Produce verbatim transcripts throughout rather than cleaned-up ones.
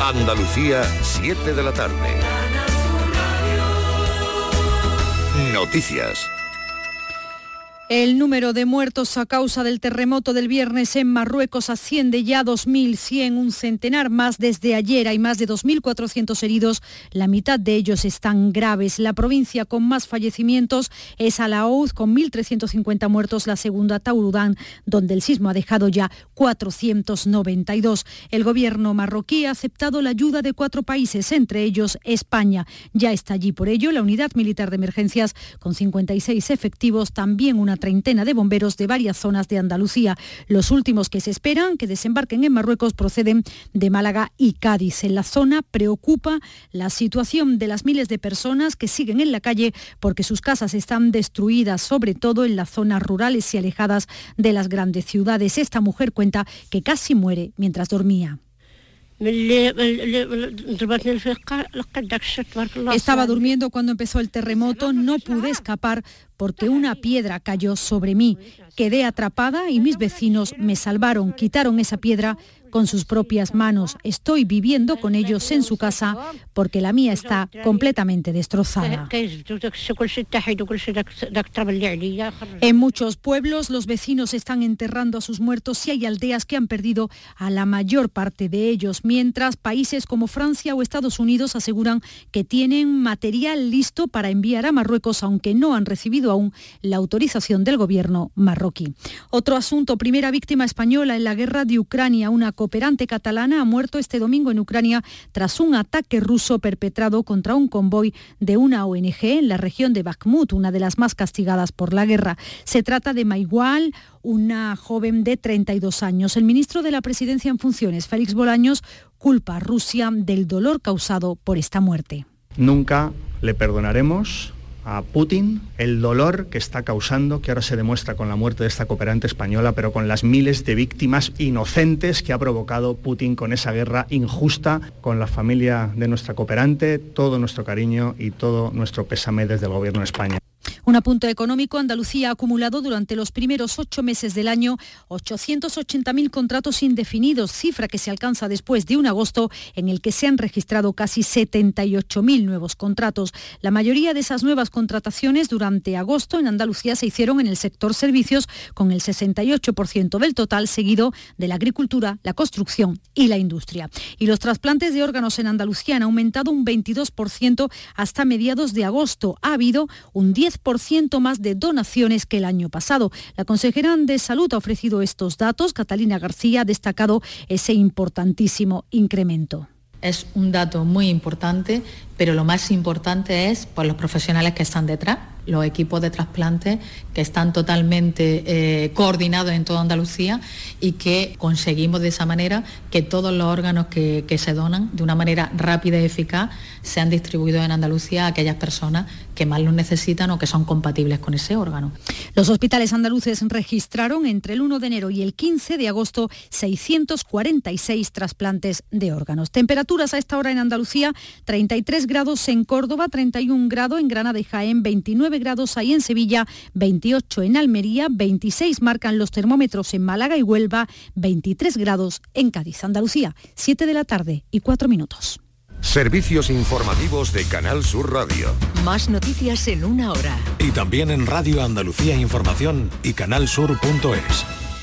Andalucía, siete de la tarde. Noticias. El número de muertos a causa del terremoto del viernes en Marruecos asciende ya a dos mil cien, un centenar más desde ayer. Hay más de dos mil cuatrocientos heridos, la mitad de ellos están graves. La provincia con más fallecimientos es Alaouz, con mil trescientos cincuenta muertos, la segunda Taurudán, donde el sismo ha dejado ya cuatrocientos noventa y dos. El gobierno marroquí ha aceptado la ayuda de cuatro países, entre ellos España. Ya está allí por ello la unidad militar de emergencias con cincuenta y seis efectivos, también una treintena de bomberos de varias zonas de Andalucía. Los últimos que se esperan que desembarquen en Marruecos proceden de Málaga y Cádiz. En la zona preocupa la situación de las miles de personas que siguen en la calle porque sus casas están destruidas, sobre todo en las zonas rurales y alejadas de las grandes ciudades. Esta mujer cuenta que casi muere mientras dormía. Estaba durmiendo cuando empezó el terremoto, no pude escapar porque una piedra cayó sobre mí. Quedé atrapada y mis vecinos me salvaron, quitaron esa piedra con sus propias manos. Estoy viviendo con ellos en su casa porque la mía está completamente destrozada. En muchos pueblos los vecinos están enterrando a sus muertos y hay aldeas que han perdido a la mayor parte de ellos, mientras países como Francia o Estados Unidos aseguran que tienen material listo para enviar a Marruecos, aunque no han recibido aún la autorización del gobierno marroquí. Otro asunto, primera víctima española en la guerra de Ucrania. Una cooperante catalana ha muerto este domingo en Ucrania tras un ataque ruso perpetrado contra un convoy de una O N G en la región de Bakhmut, una de las más castigadas por la guerra. Se trata de Maigual, una joven de treinta y dos años. El ministro de la Presidencia en funciones, Félix Bolaños, culpa a Rusia del dolor causado por esta muerte. Nunca le perdonaremos a Putin el dolor que está causando, que ahora se demuestra con la muerte de esta cooperante española, pero con las miles de víctimas inocentes que ha provocado Putin con esa guerra injusta. Con la familia de nuestra cooperante, todo nuestro cariño y todo nuestro pésame desde el Gobierno de España. Un apunte económico, Andalucía ha acumulado durante los primeros ocho meses del año ochocientos ochenta mil contratos indefinidos, cifra que se alcanza después de un agosto en el que se han registrado casi setenta y ocho mil nuevos contratos. La mayoría de esas nuevas contrataciones durante agosto en Andalucía se hicieron en el sector servicios, con el sesenta y ocho por ciento del total, seguido de la agricultura, la construcción y la industria. Y los trasplantes de órganos en Andalucía han aumentado un veintidós por ciento hasta mediados de agosto. Ha habido un diez por ciento más de donaciones que el año pasado. La consejera de Salud ha ofrecido estos datos. Catalina García ha destacado ese importantísimo incremento. Es un dato muy importante, pero lo más importante es por los profesionales que están detrás, los equipos de trasplante que están totalmente eh, coordinados en toda Andalucía y que conseguimos de esa manera que todos los órganos que, que se donan de una manera rápida y eficaz sean distribuidos en Andalucía a aquellas personas que más los necesitan o que son compatibles con ese órgano. Los hospitales andaluces registraron entre el uno de enero y el quince de agosto seiscientos cuarenta y seis trasplantes de órganos. Temperaturas a esta hora en Andalucía: treinta y tres grados en Córdoba, treinta y un grados en Granada y Jaén, veintinueve grados ahí en Sevilla, veintiocho en Almería, veintiséis marcan los termómetros en Málaga y Huelva, veintitrés grados en Cádiz. Andalucía, siete de la tarde y cuatro minutos. Servicios informativos de Canal Sur Radio. Más noticias en una hora. Y también en Radio Andalucía Información y canalsur punto es.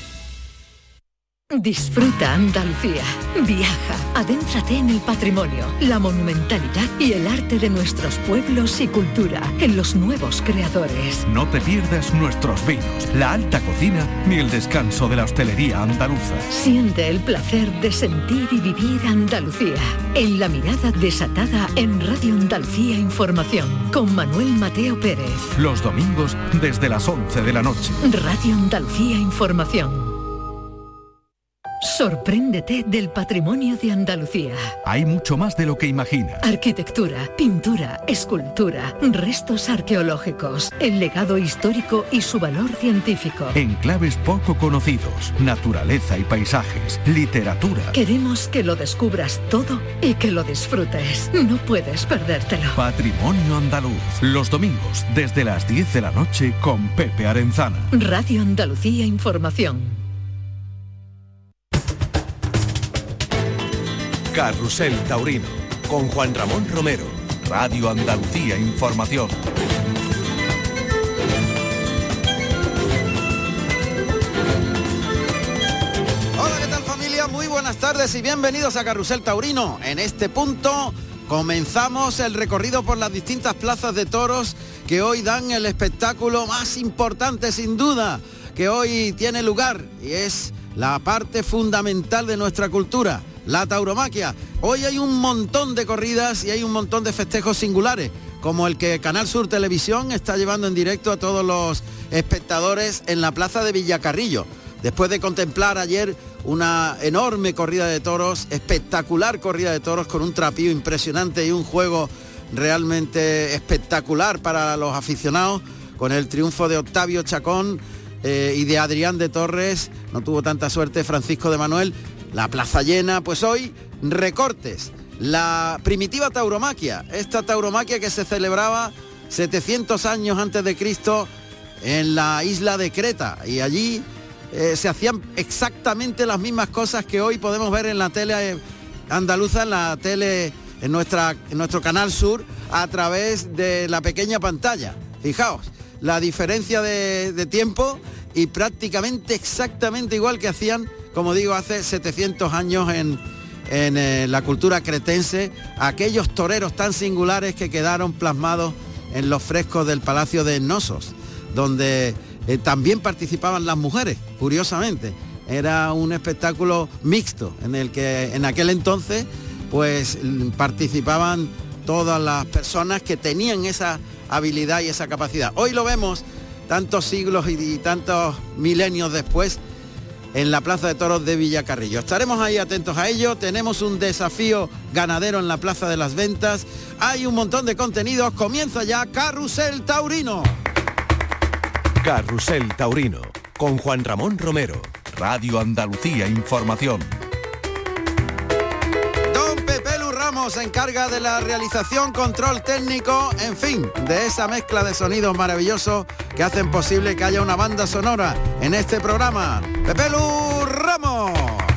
Disfruta Andalucía. Viaja, adéntrate en el patrimonio, la monumentalidad y el arte de nuestros pueblos y cultura, en los nuevos creadores. No te pierdas nuestros vinos, la alta cocina ni el descanso de la hostelería andaluza. Siente el placer de sentir y vivir Andalucía. En la mirada desatada en Radio Andalucía Información, con Manuel Mateo Pérez. Los domingos desde las once de la noche. Radio Andalucía Información. Sorpréndete del patrimonio de Andalucía. Hay mucho más de lo que imagina. Arquitectura, pintura, escultura, restos arqueológicos, el legado histórico y su valor científico. Enclaves poco conocidos, naturaleza y paisajes, literatura. Queremos que lo descubras todo y que lo disfrutes. No puedes perdértelo. Patrimonio andaluz. Los domingos desde las diez de la noche con Pepe Arenzana. Radio Andalucía Información. Carrusel Taurino, con Juan Ramón Romero, Radio Andalucía Información. Hola, ¿qué tal familia? Muy buenas tardes y bienvenidos a Carrusel Taurino. En este punto comenzamos el recorrido por las distintas plazas de toros que hoy dan el espectáculo más importante sin duda que hoy tiene lugar, y es la parte fundamental de nuestra cultura, la tauromaquia. Hoy hay un montón de corridas y hay un montón de festejos singulares, como el que Canal Sur Televisión está llevando en directo a todos los espectadores en la plaza de Villacarrillo. Después de contemplar ayer una enorme corrida de toros, espectacular corrida de toros con un trapío impresionante y un juego realmente espectacular para los aficionados, con el triunfo de Octavio Chacón eh, y de Adrián de Torres. No tuvo tanta suerte Francisco de Manuel. La plaza llena. Pues hoy recortes, la primitiva tauromaquia, esta tauromaquia que se celebraba setecientos años antes de Cristo en la isla de Creta, y allí eh, se hacían exactamente las mismas cosas que hoy podemos ver en la tele andaluza, en la tele, en, nuestra, en nuestro Canal Sur, a través de la pequeña pantalla. Fijaos la diferencia de, de tiempo, y prácticamente exactamente igual que hacían, como digo, hace setecientos años en, en eh, la cultura cretense, aquellos toreros tan singulares que quedaron plasmados en los frescos del Palacio de Cnosos, donde eh, también participaban las mujeres, curiosamente. Era un espectáculo mixto en el que en aquel entonces pues participaban todas las personas que tenían esa habilidad y esa capacidad. Hoy lo vemos tantos siglos y, y tantos milenios después en la Plaza de Toros de Villacarrillo. Estaremos ahí atentos a ello. Tenemos un desafío ganadero en la Plaza de las Ventas. Hay un montón de contenidos. Comienza ya Carrusel Taurino. Carrusel Taurino, con Juan Ramón Romero, Radio Andalucía Información. Se encarga de la realización, control técnico, en fin, de esa mezcla de sonidos maravillosos que hacen posible que haya una banda sonora en este programa. Pepe Lu Ramos.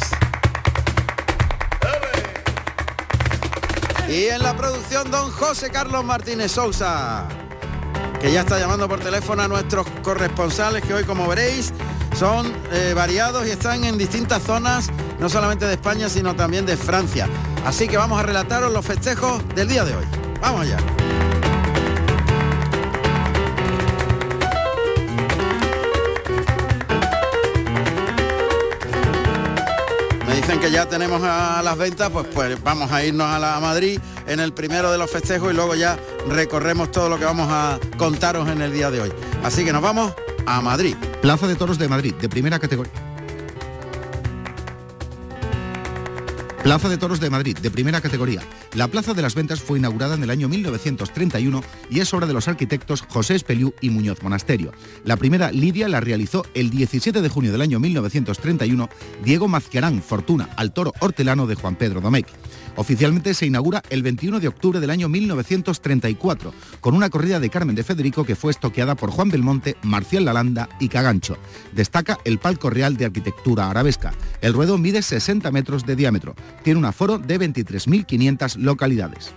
Y en la producción don José Carlos Martínez Sousa, que ya está llamando por teléfono a nuestros corresponsales, que hoy, como veréis, son eh, variados y están en distintas zonas, no solamente de España, sino también de Francia. Así que vamos a relataros los festejos del día de hoy. Vamos allá. Me dicen que ya tenemos a las ventas, pues, pues vamos a irnos a, la, a Madrid en el primero de los festejos y luego ya recorremos todo lo que vamos a contaros en el día de hoy. Así que nos vamos a Madrid. Plaza de Toros de Madrid, de primera categoría. Plaza de Toros de Madrid, de primera categoría. La Plaza de las Ventas fue inaugurada en el año mil novecientos treinta y uno y es obra de los arquitectos José Espeliú y Muñoz Monasterio. La primera lidia la realizó el diecisiete de junio del año mil novecientos treinta y uno Diego Mazquiarán Fortuna, al toro hortelano de Juan Pedro Domecq. Oficialmente se inaugura el veintiuno de octubre del año mil novecientos treinta y cuatro, con una corrida de Carmen de Federico que fue estoqueada por Juan Belmonte, Marcial Lalanda y Cagancho. Destaca el palco real de arquitectura arabesca. El ruedo mide sesenta metros de diámetro. Tiene un aforo de veintitrés mil quinientas localidades.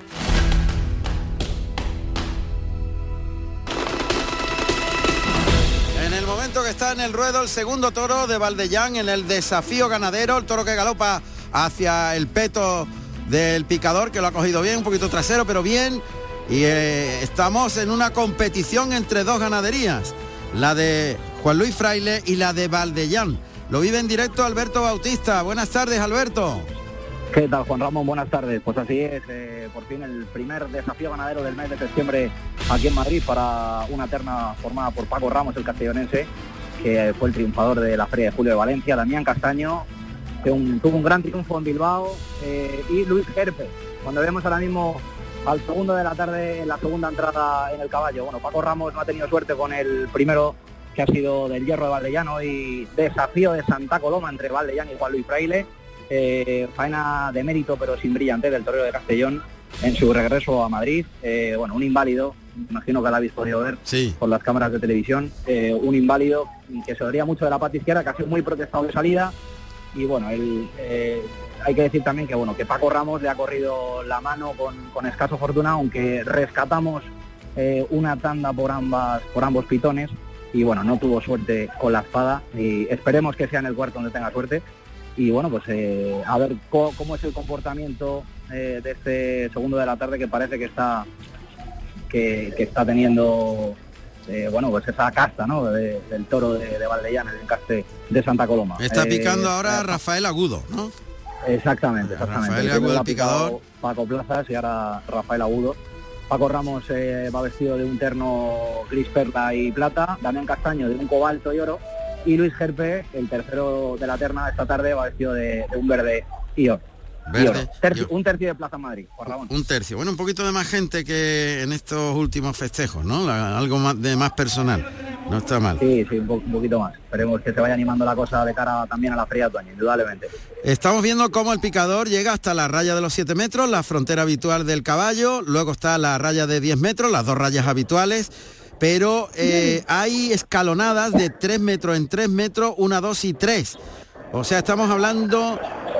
En el momento que está en el ruedo el segundo toro de Valdellán en el desafío ganadero, el toro que galopa hacia el peto del picador, que lo ha cogido bien, un poquito trasero, pero bien. Y eh, estamos en una competición entre dos ganaderías, la de Juan Luis Fraile y la de Valdellán. Lo vive en directo Alberto Bautista. Buenas tardes, Alberto. ¿Qué tal, Juan Ramón? Buenas tardes. Pues así es, eh, por fin el primer desafío ganadero del mes de septiembre aquí en Madrid para una terna formada por Paco Ramos, el castellonense, que fue el triunfador de la Feria de Julio de Valencia, Damián Castaño, que un, tuvo un gran triunfo en Bilbao, eh, y Luis Gerpe. Cuando vemos ahora mismo al segundo de la tarde en la segunda entrada en el caballo, bueno, Paco Ramos no ha tenido suerte con el primero, que ha sido del Hierro de Valdellano, y desafío de Santa Coloma entre Valdellán y Juan Luis Fraile. Eh, faena de mérito pero sin brillante del torero de Castellón en su regreso a Madrid. Eh, bueno, un inválido, imagino que lo habéis podido ver sí. por las cámaras de televisión, eh, un inválido que se dolía mucho de la pata izquierda, que ha sido muy protestado de salida, y bueno, él eh, hay que decir también que bueno, que Paco Ramos le ha corrido la mano con, con escaso fortuna, aunque rescatamos eh, una tanda por ambas, por ambos pitones, y bueno, no tuvo suerte con la espada, y esperemos que sea en el cuarto donde tenga suerte. Y bueno, pues eh, a ver co- cómo es el comportamiento eh, de este segundo de la tarde, que parece que está que, que está teniendo eh, bueno, pues esa casta, ¿no?, de, del toro de, de Valdellán, el encaste de Santa Coloma. Está picando eh, ahora Rafael Agudo, ¿no? Exactamente, exactamente. Rafael Agudo, el picador. Paco Plazas y ahora Rafael Agudo. Paco Ramos eh, va vestido de un terno gris, perla y plata, Damián Castaño de un cobalto y oro, y Luis Gerpe, el tercero de la terna esta tarde, va vestido de, de un verde y oro. Verde, y oro. Tercio, un tercio de Plaza Madrid, Juan Ramón. Un tercio. Bueno, un poquito de más gente que en estos últimos festejos, ¿no? La, algo más de más personal. No está mal. Sí, sí, un, po- un poquito más. Esperemos que se vaya animando la cosa de cara también a la feria de otoño, indudablemente. Estamos viendo cómo el picador llega hasta la raya de los siete metros, la frontera habitual del caballo, luego está la raya de diez metros, las dos rayas habituales, pero eh, hay escalonadas de tres metros en tres metros, una, dos y tres. O sea, estamos hablando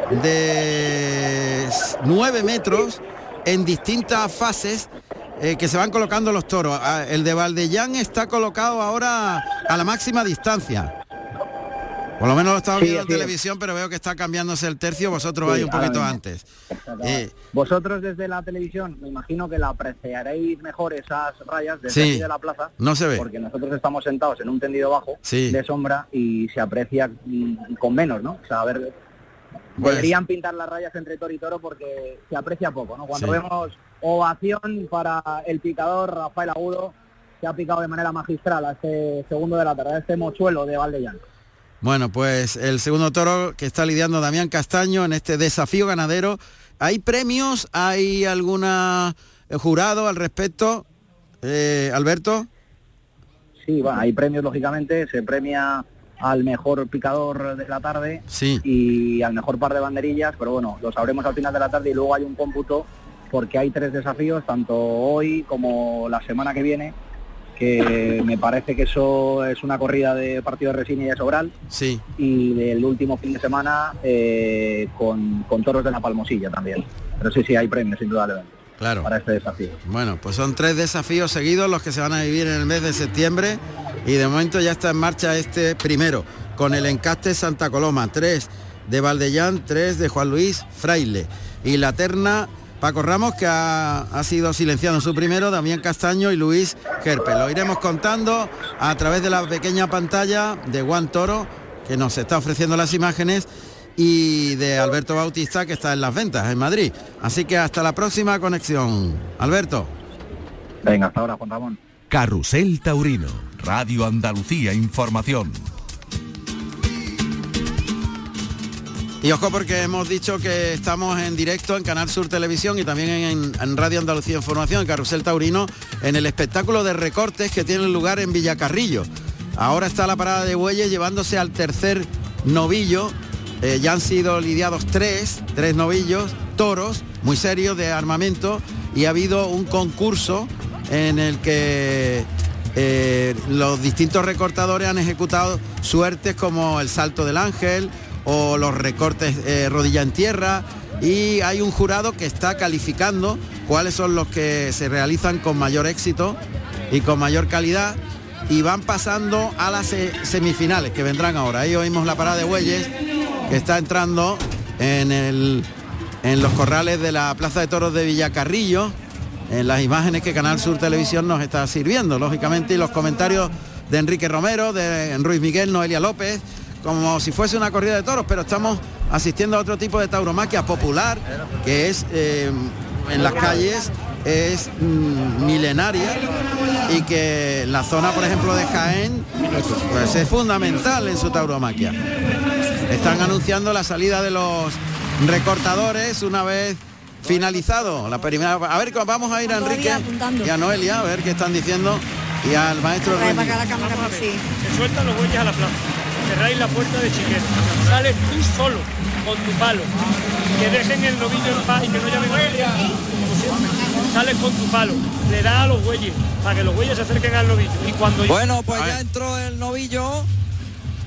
de nueve metros en distintas fases eh, que se van colocando los toros. El de Valdellán está colocado ahora a la máxima distancia. Por lo menos lo estamos Sí, viendo en así es. televisión, pero veo que está cambiándose el tercio, vosotros Sí, vais un ahora poquito mismo. antes. Eh, Vosotros desde la televisión, me imagino que la apreciaréis mejor esas rayas desde Sí, aquí de la plaza, no se ve. porque nosotros estamos sentados en un tendido bajo Sí. de sombra y se aprecia mm, con menos, ¿no? O sea, a ver, Pues- deberían pintar las rayas entre toro y toro porque se aprecia poco, ¿no? Cuando Sí. vemos ovación para el picador Rafael Agudo, que ha picado de manera magistral a este segundo de la tarde, a este mochuelo de Valdellán. Bueno, pues el segundo toro que está lidiando Damián Castaño en este desafío ganadero. ¿Hay premios? ¿Hay alguna eh, jurado al respecto? Eh, Alberto. Sí, bueno, hay premios, lógicamente, se premia al mejor picador de la tarde Sí. y al mejor par de banderillas, pero bueno, lo sabremos al final de la tarde y luego hay un cómputo porque hay tres desafíos, tanto hoy como la semana que viene, que me parece que eso es una corrida de partido de Resina y de Sobral, Sí. y del último fin de semana eh, con, con toros de la Palmosilla también. Pero sí, sí, hay premios, indudablemente, Claro. para este desafío. Bueno, pues son tres desafíos seguidos los que se van a vivir en el mes de septiembre y de momento ya está en marcha este primero, con el encaste Santa Coloma, tres de Valdellán, tres de Juan Luis Fraile. Y la terna Paco Ramos, que ha, ha sido silenciado en su primero, Damián Castaño y Luis Gerpe. Lo iremos contando a través de la pequeña pantalla de Juan Toro, que nos está ofreciendo las imágenes, y de Alberto Bautista, que está en las ventas en Madrid. Así que hasta la próxima conexión. Alberto. Venga, hasta ahora, Juan Ramón. Carrusel Taurino, Radio Andalucía Información. Y ojo porque hemos dicho que estamos en directo en Canal Sur Televisión y también en, en Radio Andalucía Información, en Carrusel Taurino, en el espectáculo de recortes que tiene lugar en Villacarrillo. Ahora está la parada de bueyes llevándose al tercer novillo. Eh, ya han sido lidiados tres, tres novillos, toros, muy serios de armamento, y ha habido un concurso en el que eh, los distintos recortadores han ejecutado suertes como el salto del ángel o los recortes eh, rodilla en tierra, y hay un jurado que está calificando cuáles son los que se realizan con mayor éxito y con mayor calidad, y van pasando a las se- semifinales que vendrán ahora. Ahí oímos la parada de bueyes que está entrando en, el, en los corrales de la Plaza de Toros de Villacarrillo, en las imágenes que Canal Sur Televisión nos está sirviendo, lógicamente, y los comentarios de Enrique Romero, de Ruiz Miguel, Noelia López, como si fuese una corrida de toros, pero estamos asistiendo a otro tipo de tauromaquia popular, que es eh, en las calles, es mm, milenaria, y que la zona, por ejemplo, de Jaén, pues es fundamental en su tauromaquia. Están anunciando la salida de los recortadores una vez finalizado la primera. A ver, vamos a ir a Enrique y a Noelia a ver qué están diciendo, y al maestro Ruiz Miguel. Se sueltan los bueyes a la plaza, cerráis la puerta de Chiquete, sales tú solo con tu palo, que dejen el novillo en paz y que no llamen a nadie, como siempre. Sales con tu palo, le das a los bueyes para que los bueyes se acerquen al novillo, y cuando Bueno, pues ya entró el novillo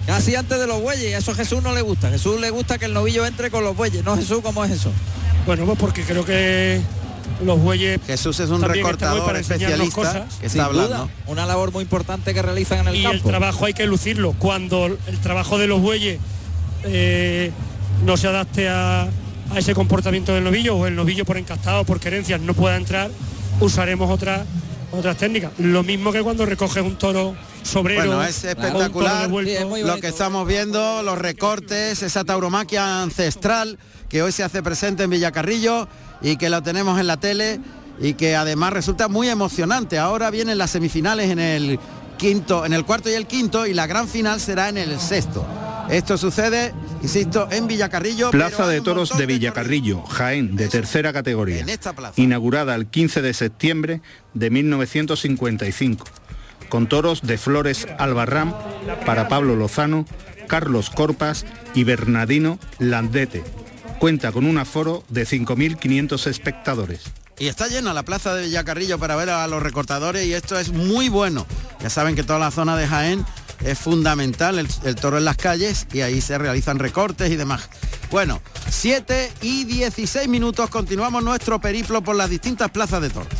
Casi antes de los bueyes, y a eso a Jesús no le gusta. A Jesús le gusta que el novillo entre con los bueyes. ¿No, Jesús? ¿Cómo es eso? Bueno, pues porque creo que los bueyes... Jesús es un recortador especialista cosas, que está hablando. Duda, una labor muy importante que realizan en el y campo. Y el trabajo hay que lucirlo. Cuando el trabajo de los bueyes eh, no se adapte a, a ese comportamiento del novillo, o el novillo por encastado, por querencias, no pueda entrar, usaremos otras otras técnicas. Lo mismo que cuando recoges un toro sobrero. Bueno, es espectacular lo que estamos viendo, los recortes, esa tauromaquia ancestral que hoy se hace presente en Villacarrillo y que lo tenemos en la tele y que además resulta muy emocionante. Ahora vienen las semifinales en el quinto, en el cuarto y el quinto, y la gran final será en el sexto. Esto sucede, insisto, en Villacarrillo. Plaza de Toros de Villacarrillo, Jaén, de tercera categoría. En esta plaza. Inaugurada el quince de septiembre de mil novecientos cincuenta y cinco, con toros de Flores Albarrán para Pablo Lozano, Carlos Corpas y Bernardino Landete. Cuenta con un aforo de cinco mil quinientos espectadores. Y está llena la plaza de Villacarrillo para ver a los recortadores, y esto es muy bueno. Ya saben que toda la zona de Jaén es fundamental, el, el toro en las calles, y ahí se realizan recortes y demás. Bueno, siete y dieciséis minutos, continuamos nuestro periplo por las distintas plazas de toros.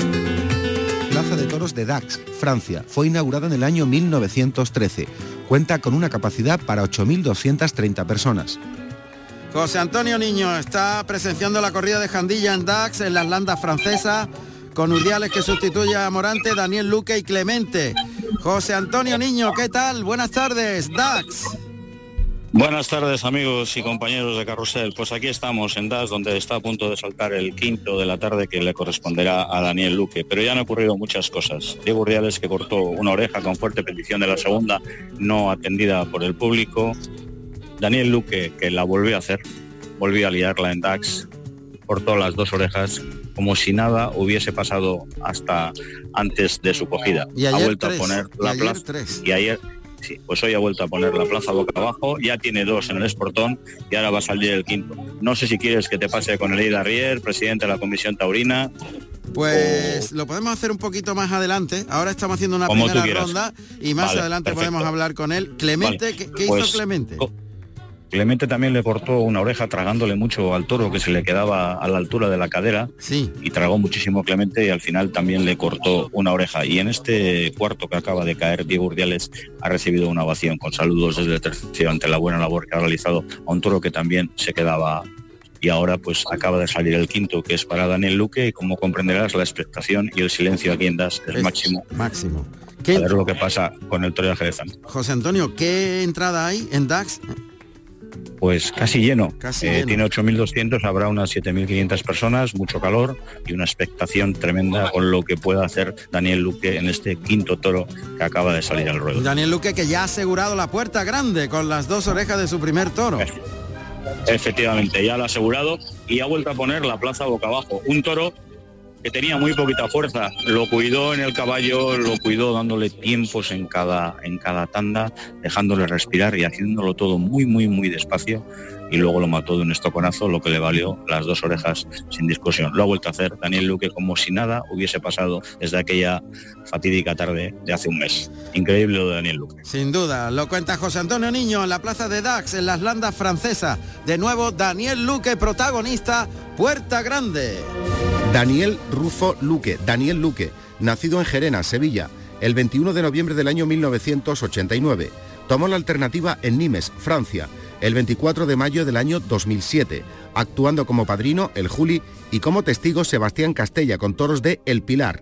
Plaza de Toros de Dax, Francia. Fue inaugurada en el año mil novecientos trece. Cuenta con una capacidad para ocho mil doscientas treinta personas. José Antonio Niño está presenciando la corrida de Jandilla en Dax, en las landas francesas, con Urdiales que sustituye a Morante, Daniel Luque y Clemente. José Antonio Niño, ¿qué tal? Buenas tardes, Dax. Buenas tardes, amigos y compañeros de Carrusel. Pues aquí estamos en Dax, donde está a punto de saltar el quinto de la tarde, que le corresponderá a Daniel Luque. Pero ya han ocurrido muchas cosas. Diego Urdiales, que cortó una oreja con fuerte petición de la segunda, no atendida por el público. Daniel Luque, que la volvió a hacer, volvió a liarla en Dax, cortó las dos orejas como si nada hubiese pasado hasta antes de su cogida. Y ha ayer vuelto tres, a poner y la ayer plaza tres. y ayer sí, pues hoy ha vuelto a poner la plaza boca abajo, ya tiene dos en el esportón y ahora va a salir el quinto. No sé si quieres que te pase con Elida Rier, presidente de la Comisión Taurina. Pues o... lo podemos hacer un poquito más adelante. Ahora estamos haciendo una Como primera ronda y más vale, adelante perfecto. podemos hablar con él. Clemente, vale. ¿qué, qué pues, hizo Clemente? Co- Clemente también le cortó una oreja tragándole mucho al toro, que se le quedaba a la altura de la cadera, sí. Y tragó muchísimo Clemente, y al final también le cortó una oreja. Y en este cuarto que acaba de caer, Diego Urdiales ha recibido una ovación con saludos desde el tercio ante la buena labor que ha realizado a un toro que también se quedaba. Y ahora pues acaba de salir el quinto, que es para Daniel Luque, y como comprenderás, la expectación y el silencio aquí en Das es, es máximo. Máximo. ¿Qué? A ver lo que pasa con el toro de jerezano. José Antonio, ¿qué entrada hay en Dax? Pues casi lleno, casi eh, lleno. Tiene ocho mil doscientos, habrá unas siete mil quinientas personas, mucho calor y una expectación tremenda con lo que pueda hacer Daniel Luque en este quinto toro que acaba de salir al ruedo. Daniel Luque, que ya ha asegurado la puerta grande con las dos orejas de su primer toro. Efectivamente, ya lo ha asegurado y ha vuelto a poner la plaza boca abajo. Un toro que tenía muy poquita fuerza, lo cuidó en el caballo, lo cuidó dándole tiempos en cada, en cada tanda, dejándole respirar y haciéndolo todo muy, muy, muy despacio, y luego lo mató de un estoconazo, lo que le valió las dos orejas sin discusión. Lo ha vuelto a hacer Daniel Luque como si nada hubiese pasado desde aquella fatídica tarde de hace un mes. Increíble lo de Daniel Luque. Sin duda, lo cuenta José Antonio Niño en la plaza de Dax, en las landas francesas. De nuevo, Daniel Luque, protagonista, puerta grande. Daniel Rufo Luque, Daniel Luque, nacido en Gerena, Sevilla, el veintiuno de noviembre del año mil novecientos ochenta y nueve. Tomó la alternativa en Nimes, Francia, el veinticuatro de mayo del año dos mil siete, actuando como padrino el Juli y como testigo Sebastián Castella con toros de El Pilar.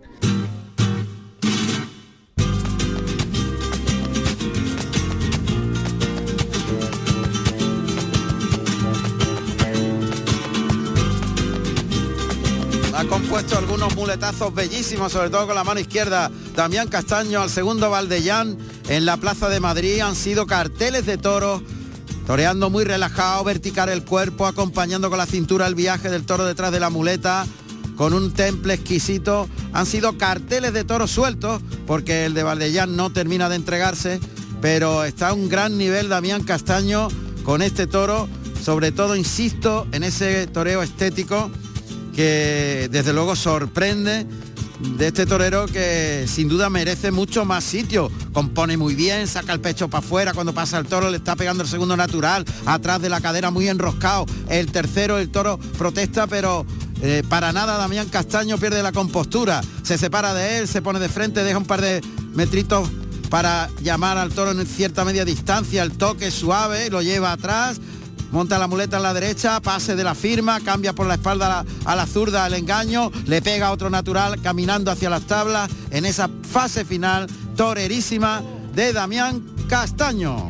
Ha compuesto algunos muletazos bellísimos, sobre todo con la mano izquierda. Damián Castaño al segundo Valdellán en la Plaza de Madrid. Han sido carteles de toros, toreando muy relajado, vertical el cuerpo, acompañando con la cintura el viaje del toro detrás de la muleta, con un temple exquisito. Han sido carteles de toros sueltos, porque el de Valdellán no termina de entregarse, pero está a un gran nivel Damián Castaño con este toro, sobre todo, insisto, en ese toreo estético que desde luego sorprende de este torero que sin duda merece mucho más sitio. Compone muy bien, saca el pecho para afuera cuando pasa el toro, le está pegando el segundo natural, atrás de la cadera muy enroscado. El tercero, el toro protesta, pero eh, para nada Damián Castaño pierde la compostura. Se separa de él, se pone de frente, deja un par de metritos para llamar al toro en cierta media distancia. El toque suave, lo lleva atrás, monta la muleta en la derecha, pase de la firma, cambia por la espalda a la, a la zurda, el engaño, le pega otro natural caminando hacia las tablas en esa fase final torerísima de Damián Castaño.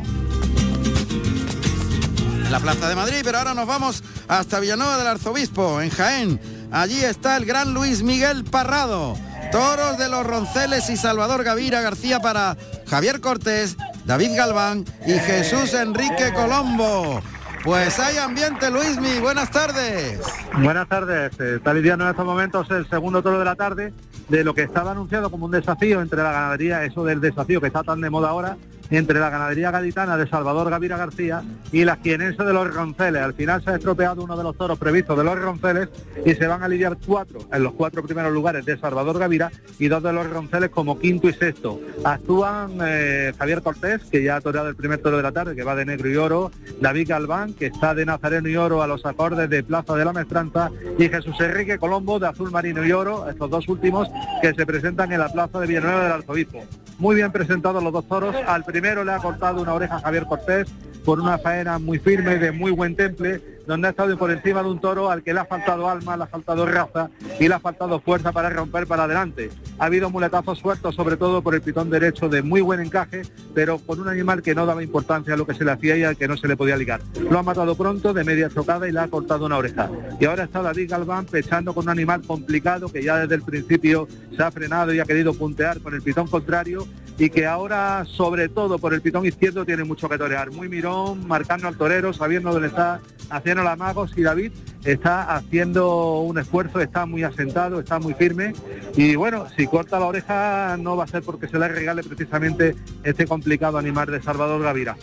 En la Plaza de Madrid, pero ahora nos vamos hasta Villanueva del Arzobispo, en Jaén. Allí está el gran Luis Miguel Parrado. Toros de los Ronceles y Salvador Gavira García para Javier Cortés, David Galván y Jesús Enrique Colombo. Pues hay ambiente, Luismi, buenas tardes. Buenas tardes, está lidiando en estos momentos el segundo toro de la tarde de lo que estaba anunciado como un desafío entre la ganadería, eso del desafío que está tan de moda ahora, entre la ganadería gaditana de Salvador Gavira García y la jienense de los Ronceles. Al final se ha estropeado uno de los toros previstos de los Ronceles y se van a lidiar cuatro en los cuatro primeros lugares de Salvador Gavira y dos de los Ronceles como quinto y sexto. Actúan eh, Javier Cortés, que ya ha toreado el primer toro de la tarde, que va de negro y oro, David Galván, que está de nazareno y oro a los acordes de Plaza de la Maestranza, y Jesús Enrique Colombo, de azul marino y oro, estos dos últimos que se presentan en la Plaza de Villanueva del Arzobispo. Muy bien presentados los dos toros. Al primero le ha cortado una oreja a Javier Cortés por una faena muy firme, de muy buen temple, donde ha estado por encima de un toro al que le ha faltado alma, le ha faltado raza y le ha faltado fuerza para romper para adelante. Ha habido muletazos sueltos, sobre todo por el pitón derecho de muy buen encaje, pero con un animal que no daba importancia a lo que se le hacía y al que no se le podía ligar. Lo ha matado pronto, de media chocada, y le ha cortado una oreja. Y ahora está David Galván pechando con un animal complicado que ya desde el principio se ha frenado y ha querido puntear con el pitón contrario, y que ahora, sobre todo por el pitón izquierdo, tiene mucho que torear. Muy mirón, marcando al torero, sabiendo dónde está haciendo la magos, y David está haciendo un esfuerzo, está muy asentado, está muy firme, y bueno, si corta la oreja no va a ser porque se le regale precisamente este complicado animal de Salvador Gavira.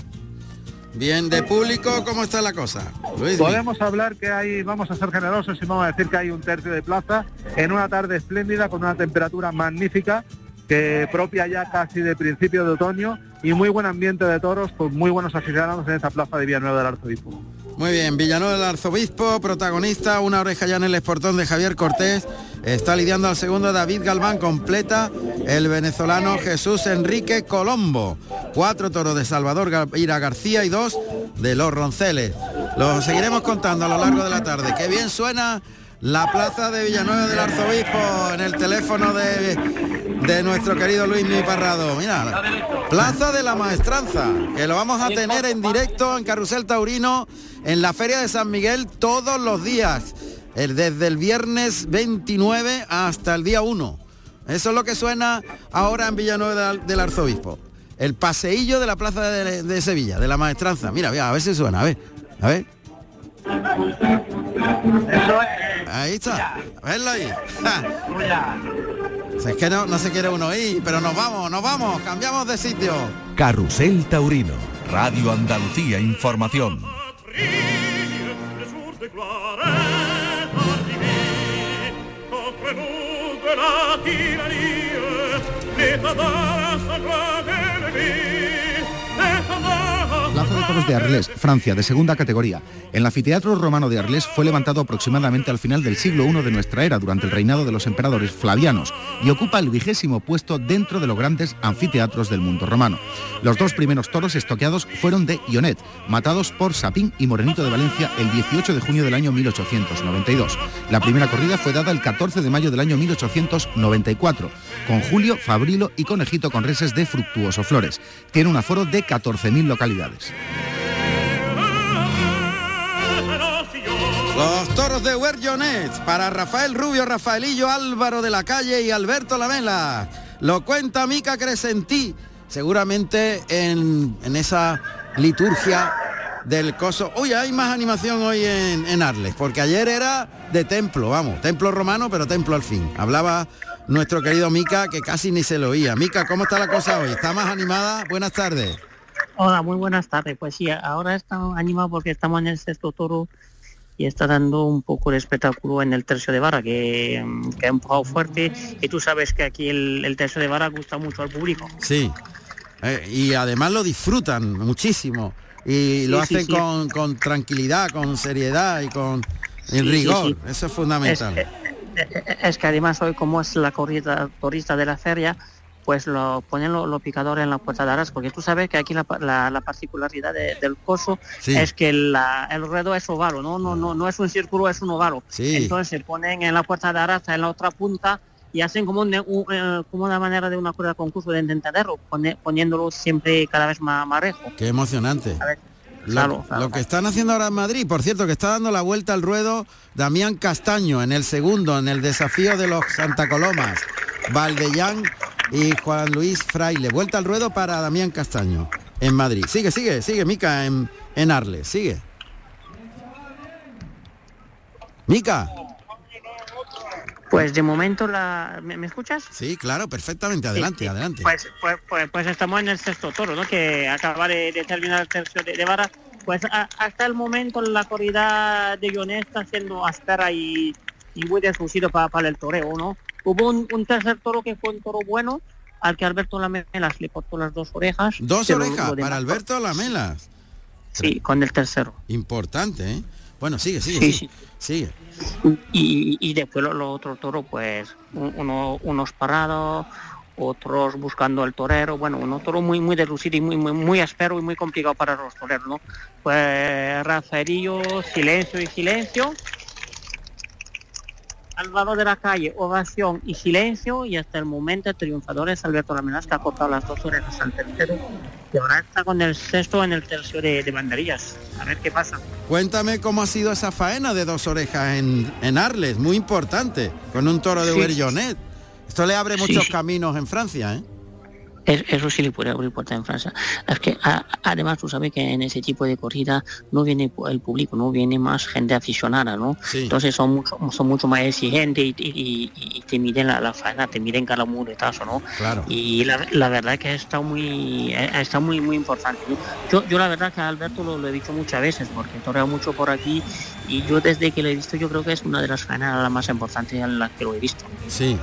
Bien, de público, ¿cómo está la cosa, Luis? Podemos hablar que hay, vamos a ser generosos y vamos a decir que hay un tercio de plaza en una tarde espléndida con una temperatura magnífica, que propia ya casi de principio de otoño, y muy buen ambiente de toros con muy buenos aficionados en esta plaza de Villanueva del Arzobispo. Muy bien, Villanueva del Arzobispo, protagonista, una oreja ya en el esportón de Javier Cortés, está lidiando al segundo David Galván, completa el venezolano Jesús Enrique Colombo. Cuatro toros de Salvador Gavira García y dos de los Ronceles. Lo seguiremos contando a lo largo de la tarde. Qué bien suena la plaza de Villanueva del Arzobispo en el teléfono de, de nuestro querido Luis Mi Parrado. Mira, Plaza de la Maestranza, que lo vamos a tener en directo en Carrusel Taurino en la Feria de San Miguel todos los días, desde el viernes veintinueve hasta el día uno. Eso es lo que suena ahora en Villanueva del Arzobispo. El paseillo de la Plaza de, de Sevilla, de la Maestranza. Mira, mira, a ver si suena, a ver, a ver. Eso es. Ahí está, a verlo ahí. Si es que no, no se quiere uno ir, pero nos vamos, nos vamos, cambiamos de sitio. Carrusel Taurino, Radio Andalucía Información. Plaza de Toros de Arles, Francia, de segunda categoría. El anfiteatro romano de Arles fue levantado aproximadamente al final del siglo primero de nuestra era, durante el reinado de los emperadores flavianos, y ocupa el vigésimo puesto dentro de los grandes anfiteatros del mundo romano. Los dos primeros toros estoqueados fueron de Ionet, matados por Sapín y Morenito de Valencia el dieciocho de junio del año mil ochocientos noventa y dos. La primera corrida fue dada el catorce de mayo del año mil ochocientos noventa y cuatro, con Julio, Fabrilo y Conejito con reses de Fructuoso Flores. Tiene un aforo de catorce mil localidades. Los toros de Huerjonet para Rafael Rubio, Rafaelillo, Álvaro de la Calle y Alberto Lamela. Lo cuenta Mica Crescentí, seguramente en, en esa liturgia del coso. Uy, hay más animación hoy en, en Arles, porque ayer era de templo, vamos, templo romano, pero templo al fin. Hablaba nuestro querido Mica, que casi ni se lo oía. Mica, ¿cómo está la cosa hoy? ¿Está más animada? Buenas tardes. Hola, muy buenas tardes. Pues sí, ahora estamos animados porque estamos en el sexto toro y está dando un poco de espectáculo en el tercio de vara, que, que ha empujado fuerte, y tú sabes que aquí el, el tercio de vara gusta mucho al público. Sí, eh, y además lo disfrutan muchísimo, y sí, lo hacen sí, sí. Con, con tranquilidad, con seriedad y con en sí, rigor, sí, sí. Eso es fundamental. Es, es, es que además hoy, como es la corrida turista de la feria, pues lo ponen los lo picadores en la puerta de aras, porque tú sabes que aquí la, la, la particularidad de, del coso sí. es que la, el ruedo es ovalo, ¿no? No, no, no es un círculo, es un ovalo. Sí. Entonces se ponen en la puerta de aras, en la otra punta, y hacen como, un, un, como una manera de una corrida de concurso de intentadero, pone, poniéndolo siempre cada vez más, más rejo. Qué emocionante. A ver, Lo, claro, claro, lo que están haciendo ahora en Madrid, por cierto, que está dando la vuelta al ruedo Damián Castaño en el segundo, en el desafío de los Santa Colomas, Valdellán y Juan Luis Fraile. Vuelta al ruedo para Damián Castaño en Madrid. Sigue, sigue, sigue, Mica, en, en Arles, sigue. Mica. Pues de momento la... ¿Me, ¿me escuchas? Sí, claro, perfectamente, adelante, sí, sí. adelante. Pues, pues, pues, pues estamos en el sexto toro, ¿no? Que acaba de, de terminar el tercio de, de vara. Pues a, hasta el momento la corrida de Llonet está siendo áspera y, y muy deslucido para, para el toreo, ¿no? Hubo un, un tercer toro que fue un toro bueno, al que Alberto Lamelas le cortó las dos orejas. ¿Dos orejas lo, lo para Alberto Lamelas? Sí, con el tercero. Importante, ¿eh? Bueno, sigue, sigue, sí, sigue. Sí. sigue. Y, y después los lo otros toros, pues uno, unos parados, otros buscando el torero, bueno, uno toro muy muy deslucido y muy, muy muy áspero y muy complicado para los toreros, ¿no? Pues Rafaelillo, silencio y silencio. Álvaro de la Calle, ovación y silencio, y hasta el momento el triunfador es Alberto Lamelas, que ha cortado las dos orejas al tercero, y ahora está con el sexto en el tercio de, de banderillas. A ver qué pasa. Cuéntame cómo ha sido esa faena de dos orejas en, en Arles, muy importante, con un toro de sí. Uberjonet. Esto le abre muchos sí, sí. caminos en Francia, ¿eh? Es, eso sí le puede abrir puertas en Francia. Es que a, además tú sabes que en ese tipo de corrida no viene el público, no viene más gente aficionada, ¿no? Sí. Entonces son mucho, son mucho más exigentes y, y, y te miden la, la faena, te miden cada muletazo, ¿no? Claro. Y la, la verdad que está muy está muy muy importante, ¿no? Yo, yo la verdad que a Alberto lo, lo he dicho muchas veces, porque toreo mucho por aquí, y yo desde que lo he visto yo creo que es una de las faenas las más importantes en las que lo he visto. Sí.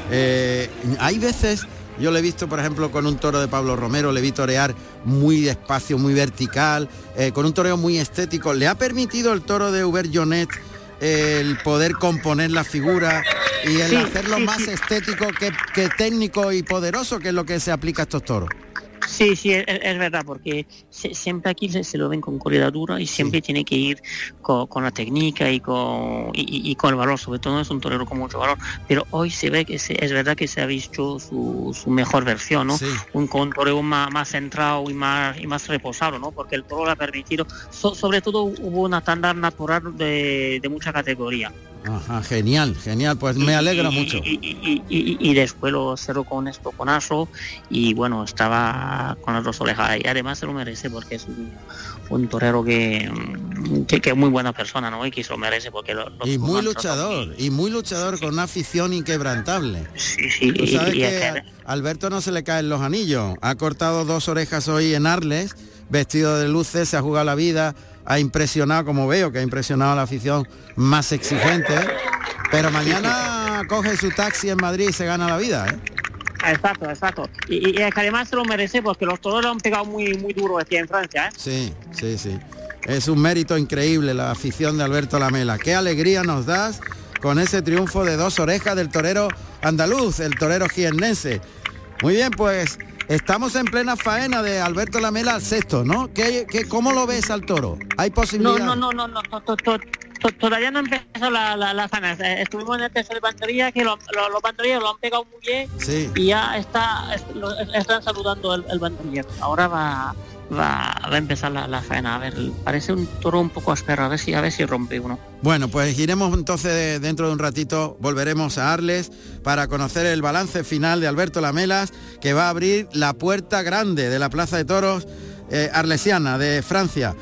Eh, hay veces... Yo le he visto, por ejemplo, con un toro de Pablo Romero, le vi torear muy despacio, muy vertical, eh, con un toreo muy estético. ¿Le ha permitido el toro de Uberjonet eh, el poder componer la figura y el sí, hacerlo sí, más sí. estético que, que técnico y poderoso, que es lo que se aplica a estos toros? Sí, sí, es, es verdad, porque se, siempre aquí se, se lo ven con corrida dura y siempre sí. tiene que ir con, con la técnica y con y, y con el valor, sobre todo es un torero con mucho valor, pero hoy se ve que se, es verdad que se ha visto su, su mejor versión, ¿no? Sí. Un, un torero más, más centrado y más y más reposado, ¿no? Porque el toro le ha permitido, so, sobre todo hubo una tanda natural de, de mucha categoría. Ajá, genial, genial, pues me alegra y, mucho. Y, y, y, y después lo cerró con esto, con Aso, y bueno, estaba con las dos orejas, y además se lo merece porque es un, un torero que, que, que es muy buena persona, ¿no? Y que se lo merece porque... Lo, lo y muy luchador, y muy luchador, sí. con una afición inquebrantable. Sí, sí. Tú sabes y, y que que... a Alberto no se le caen los anillos, ha cortado dos orejas hoy en Arles, vestido de luces, se ha jugado la vida, ha impresionado, como veo, que ha impresionado a la afición más exigente, pero mañana coge su taxi en Madrid y se gana la vida, ¿eh? Exacto, exacto. Y, y, y es que además se lo merece porque los toros lo han pegado muy muy duro aquí en Francia, ¿eh? Sí, sí, sí. Es un mérito increíble la afición de Alberto Lamela. Qué alegría nos das con ese triunfo de dos orejas del torero andaluz, el torero jiennense. Muy bien, pues... Estamos en plena faena de Alberto Lamela al sexto, ¿no? ¿Qué, qué, ¿Cómo lo ves al toro? ¿Hay posibilidad? No, no, no, no, no to, to, to, todavía no empezó la, la, la faena. Estuvimos en el tercer bandería, que lo, lo, los banderillas lo han pegado muy bien, sí. Y ya está, es, lo, están saludando el, el banderilla. Ahora va, va, va a empezar la, la faena. A ver, parece un toro un poco áspero, a ver si, a ver si rompe uno. Bueno, pues iremos entonces dentro de un ratito, volveremos a Arles para conocer el balance final de Alberto Lamelas, que va a abrir la puerta grande de la Plaza de Toros eh, arlesiana de Francia,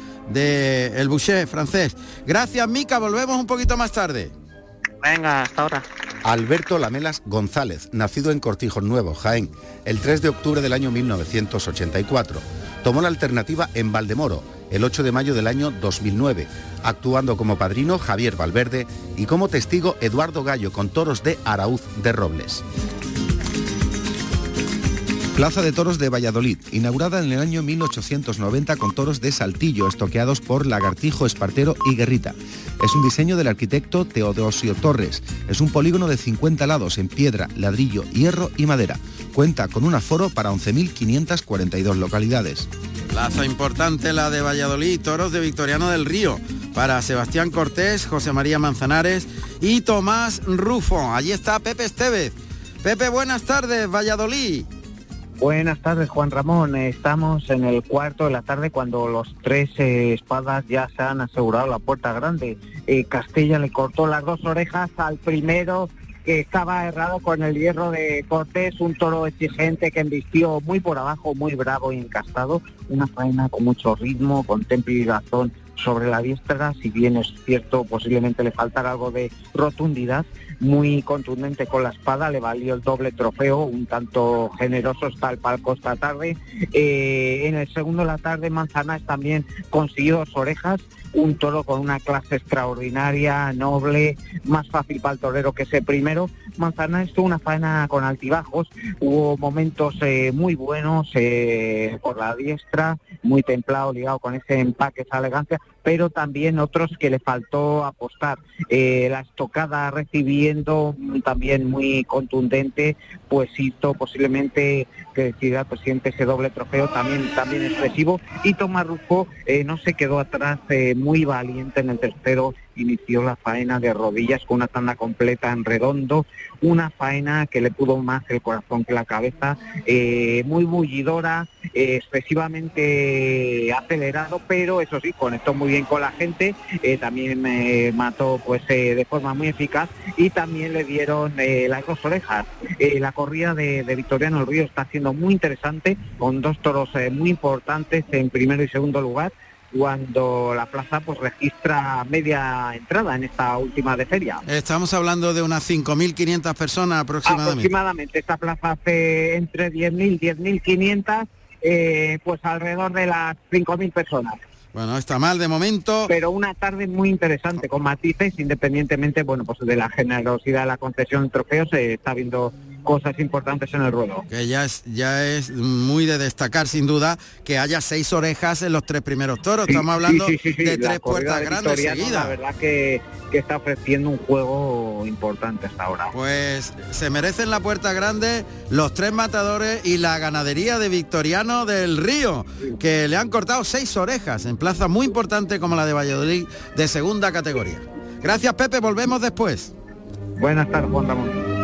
de el Boucher francés. Gracias, Mica, volvemos un poquito más tarde. Venga, hasta ahora. Alberto Lamelas González, nacido en Cortijos Nuevos, Jaén, el tres de octubre del año mil novecientos ochenta y cuatro. Tomó la alternativa en Valdemoro, el ocho de mayo del año dos mil nueve, actuando como padrino Javier Valverde y como testigo Eduardo Gallo con toros de Araúz de Robles. Plaza de Toros de Valladolid, inaugurada en el año mil ochocientos noventa con toros de Saltillo, estoqueados por Lagartijo, Espartero y Guerrita. Es un diseño del arquitecto Teodosio Torres. Es un polígono de cincuenta lados en piedra, ladrillo, hierro y madera. Cuenta con un aforo para once mil quinientas cuarenta y dos localidades. Plaza importante la de Valladolid, toros de Victoriano del Río, para Sebastián Cortés, José María Manzanares y Tomás Rufo. Allí está Pepe Estevez. Pepe, buenas tardes, Valladolid. Buenas tardes, Juan Ramón. Estamos en el cuarto de la tarde cuando los tres eh, espadas ya se han asegurado la puerta grande. Eh, Castilla le cortó las dos orejas al primero, que estaba errado con el hierro de Cortés, un toro exigente que embistió muy por abajo, muy bravo y encastado. Una faena con mucho ritmo, con temple y razón sobre la diestra. Si bien es cierto, posiblemente le faltara algo de rotundidad, muy contundente con la espada, le valió el doble trofeo, un tanto generoso está el palco esta tarde. Eh, en el segundo de la tarde Manzanares también consiguió dos orejas, un toro con una clase extraordinaria, noble, más fácil para el torero que ese primero. Manzanares tuvo una faena con altibajos, hubo momentos eh, muy buenos eh, por la diestra, muy templado, ligado con ese empaque, esa elegancia, pero también otros que le faltó apostar. Eh, la estocada recibiendo también muy contundente, pues hizo posiblemente que decidiera el presidente ese doble trofeo también también expresivo. Y Tomás Rufo eh, no se quedó atrás, eh, muy valiente en el tercero, inició la faena de rodillas con una tanda completa en redondo, una faena que le pudo más el corazón que la cabeza, eh, muy bullidora, eh, excesivamente acelerado, pero eso sí, conectó muy bien con la gente, eh, también eh, mató pues eh, de forma muy eficaz y también le dieron eh, las dos orejas. Eh, la corrida de, de Victoriano del Río está siendo muy interesante, con dos toros eh, muy importantes en primero y segundo lugar, cuando la plaza pues registra media entrada en esta última de feria. Estamos hablando de unas cinco mil quinientas personas aproximadamente. Aproximadamente, esta plaza hace entre diez mil, diez mil quinientas, eh, pues alrededor de las cinco mil personas. Bueno, está mal de momento. Pero una tarde muy interesante, con matices, independientemente, bueno, pues de la generosidad de la concesión de trofeos, se está viendo cosas importantes en el ruedo. Que ya es ya es muy de destacar, sin duda, que haya seis orejas en los tres primeros toros. Sí, Estamos hablando sí, sí, sí, sí. de La tres puertas de grandes seguidas. La verdad que, que está ofreciendo un juego importante hasta ahora. Pues se merecen la puerta grande los tres matadores y la ganadería de Victoriano del Río, que le han cortado seis orejas en plaza muy importante como la de Valladolid, de segunda categoría. Gracias, Pepe, volvemos después. Buenas tardes, Juan Ramón.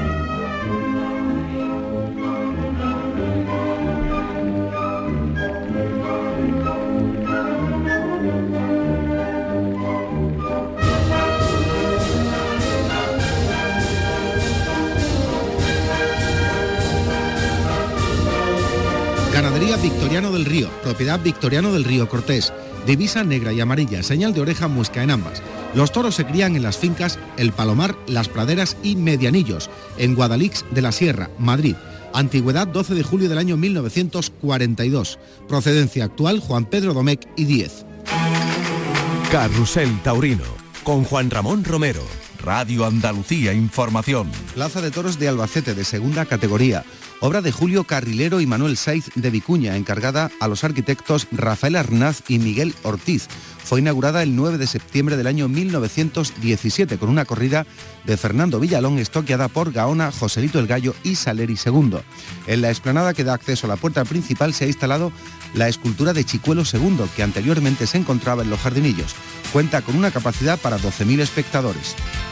Ganadería Victoriano del Río, propiedad Victoriano del Río Cortés, divisa negra y amarilla, señal de oreja muesca en ambas. Los toros se crían en las fincas El Palomar, Las Praderas y Medianillos, en Guadalix de la Sierra, Madrid. Antigüedad doce de julio del año mil novecientos cuarenta y dos. Procedencia actual Juan Pedro Domecq y Díez. Carrusel Taurino, con Juan Ramón Romero. Radio Andalucía Información. Plaza de Toros de Albacete, de segunda categoría. Obra de Julio Carrilero y Manuel Saiz de Vicuña, encargada a los arquitectos Rafael Arnaz y Miguel Ortiz. Fue inaugurada el nueve de septiembre del año mil novecientos diecisiete con una corrida de Fernando Villalón, estoqueada por Gaona, Joselito el Gallo y Saleri segundo. En la explanada que da acceso a la puerta principal se ha instalado la escultura de Chicuelo segundo, que anteriormente se encontraba en los jardinillos. Cuenta con una capacidad para doce mil espectadores.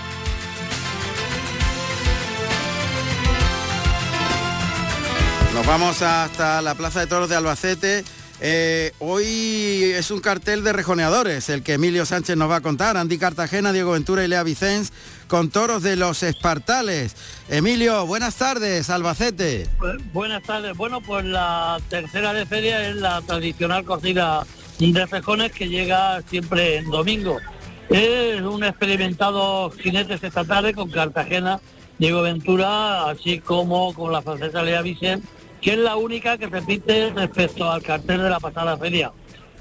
Nos vamos hasta la Plaza de Toros de Albacete. Eh, hoy es un cartel de rejoneadores, el que Emilio Sánchez nos va a contar. Andy Cartagena, Diego Ventura y Lea Vicens, con toros de los Espartales. Emilio, buenas tardes, Albacete. Buenas tardes. Bueno, pues la tercera de feria es la tradicional corrida de rejones que llega siempre en domingo. Es un experimentado jinetes esta tarde con Cartagena, Diego Ventura, así como con la francesa Lea Vicens, que es la única que repite respecto al cartel de la pasada feria.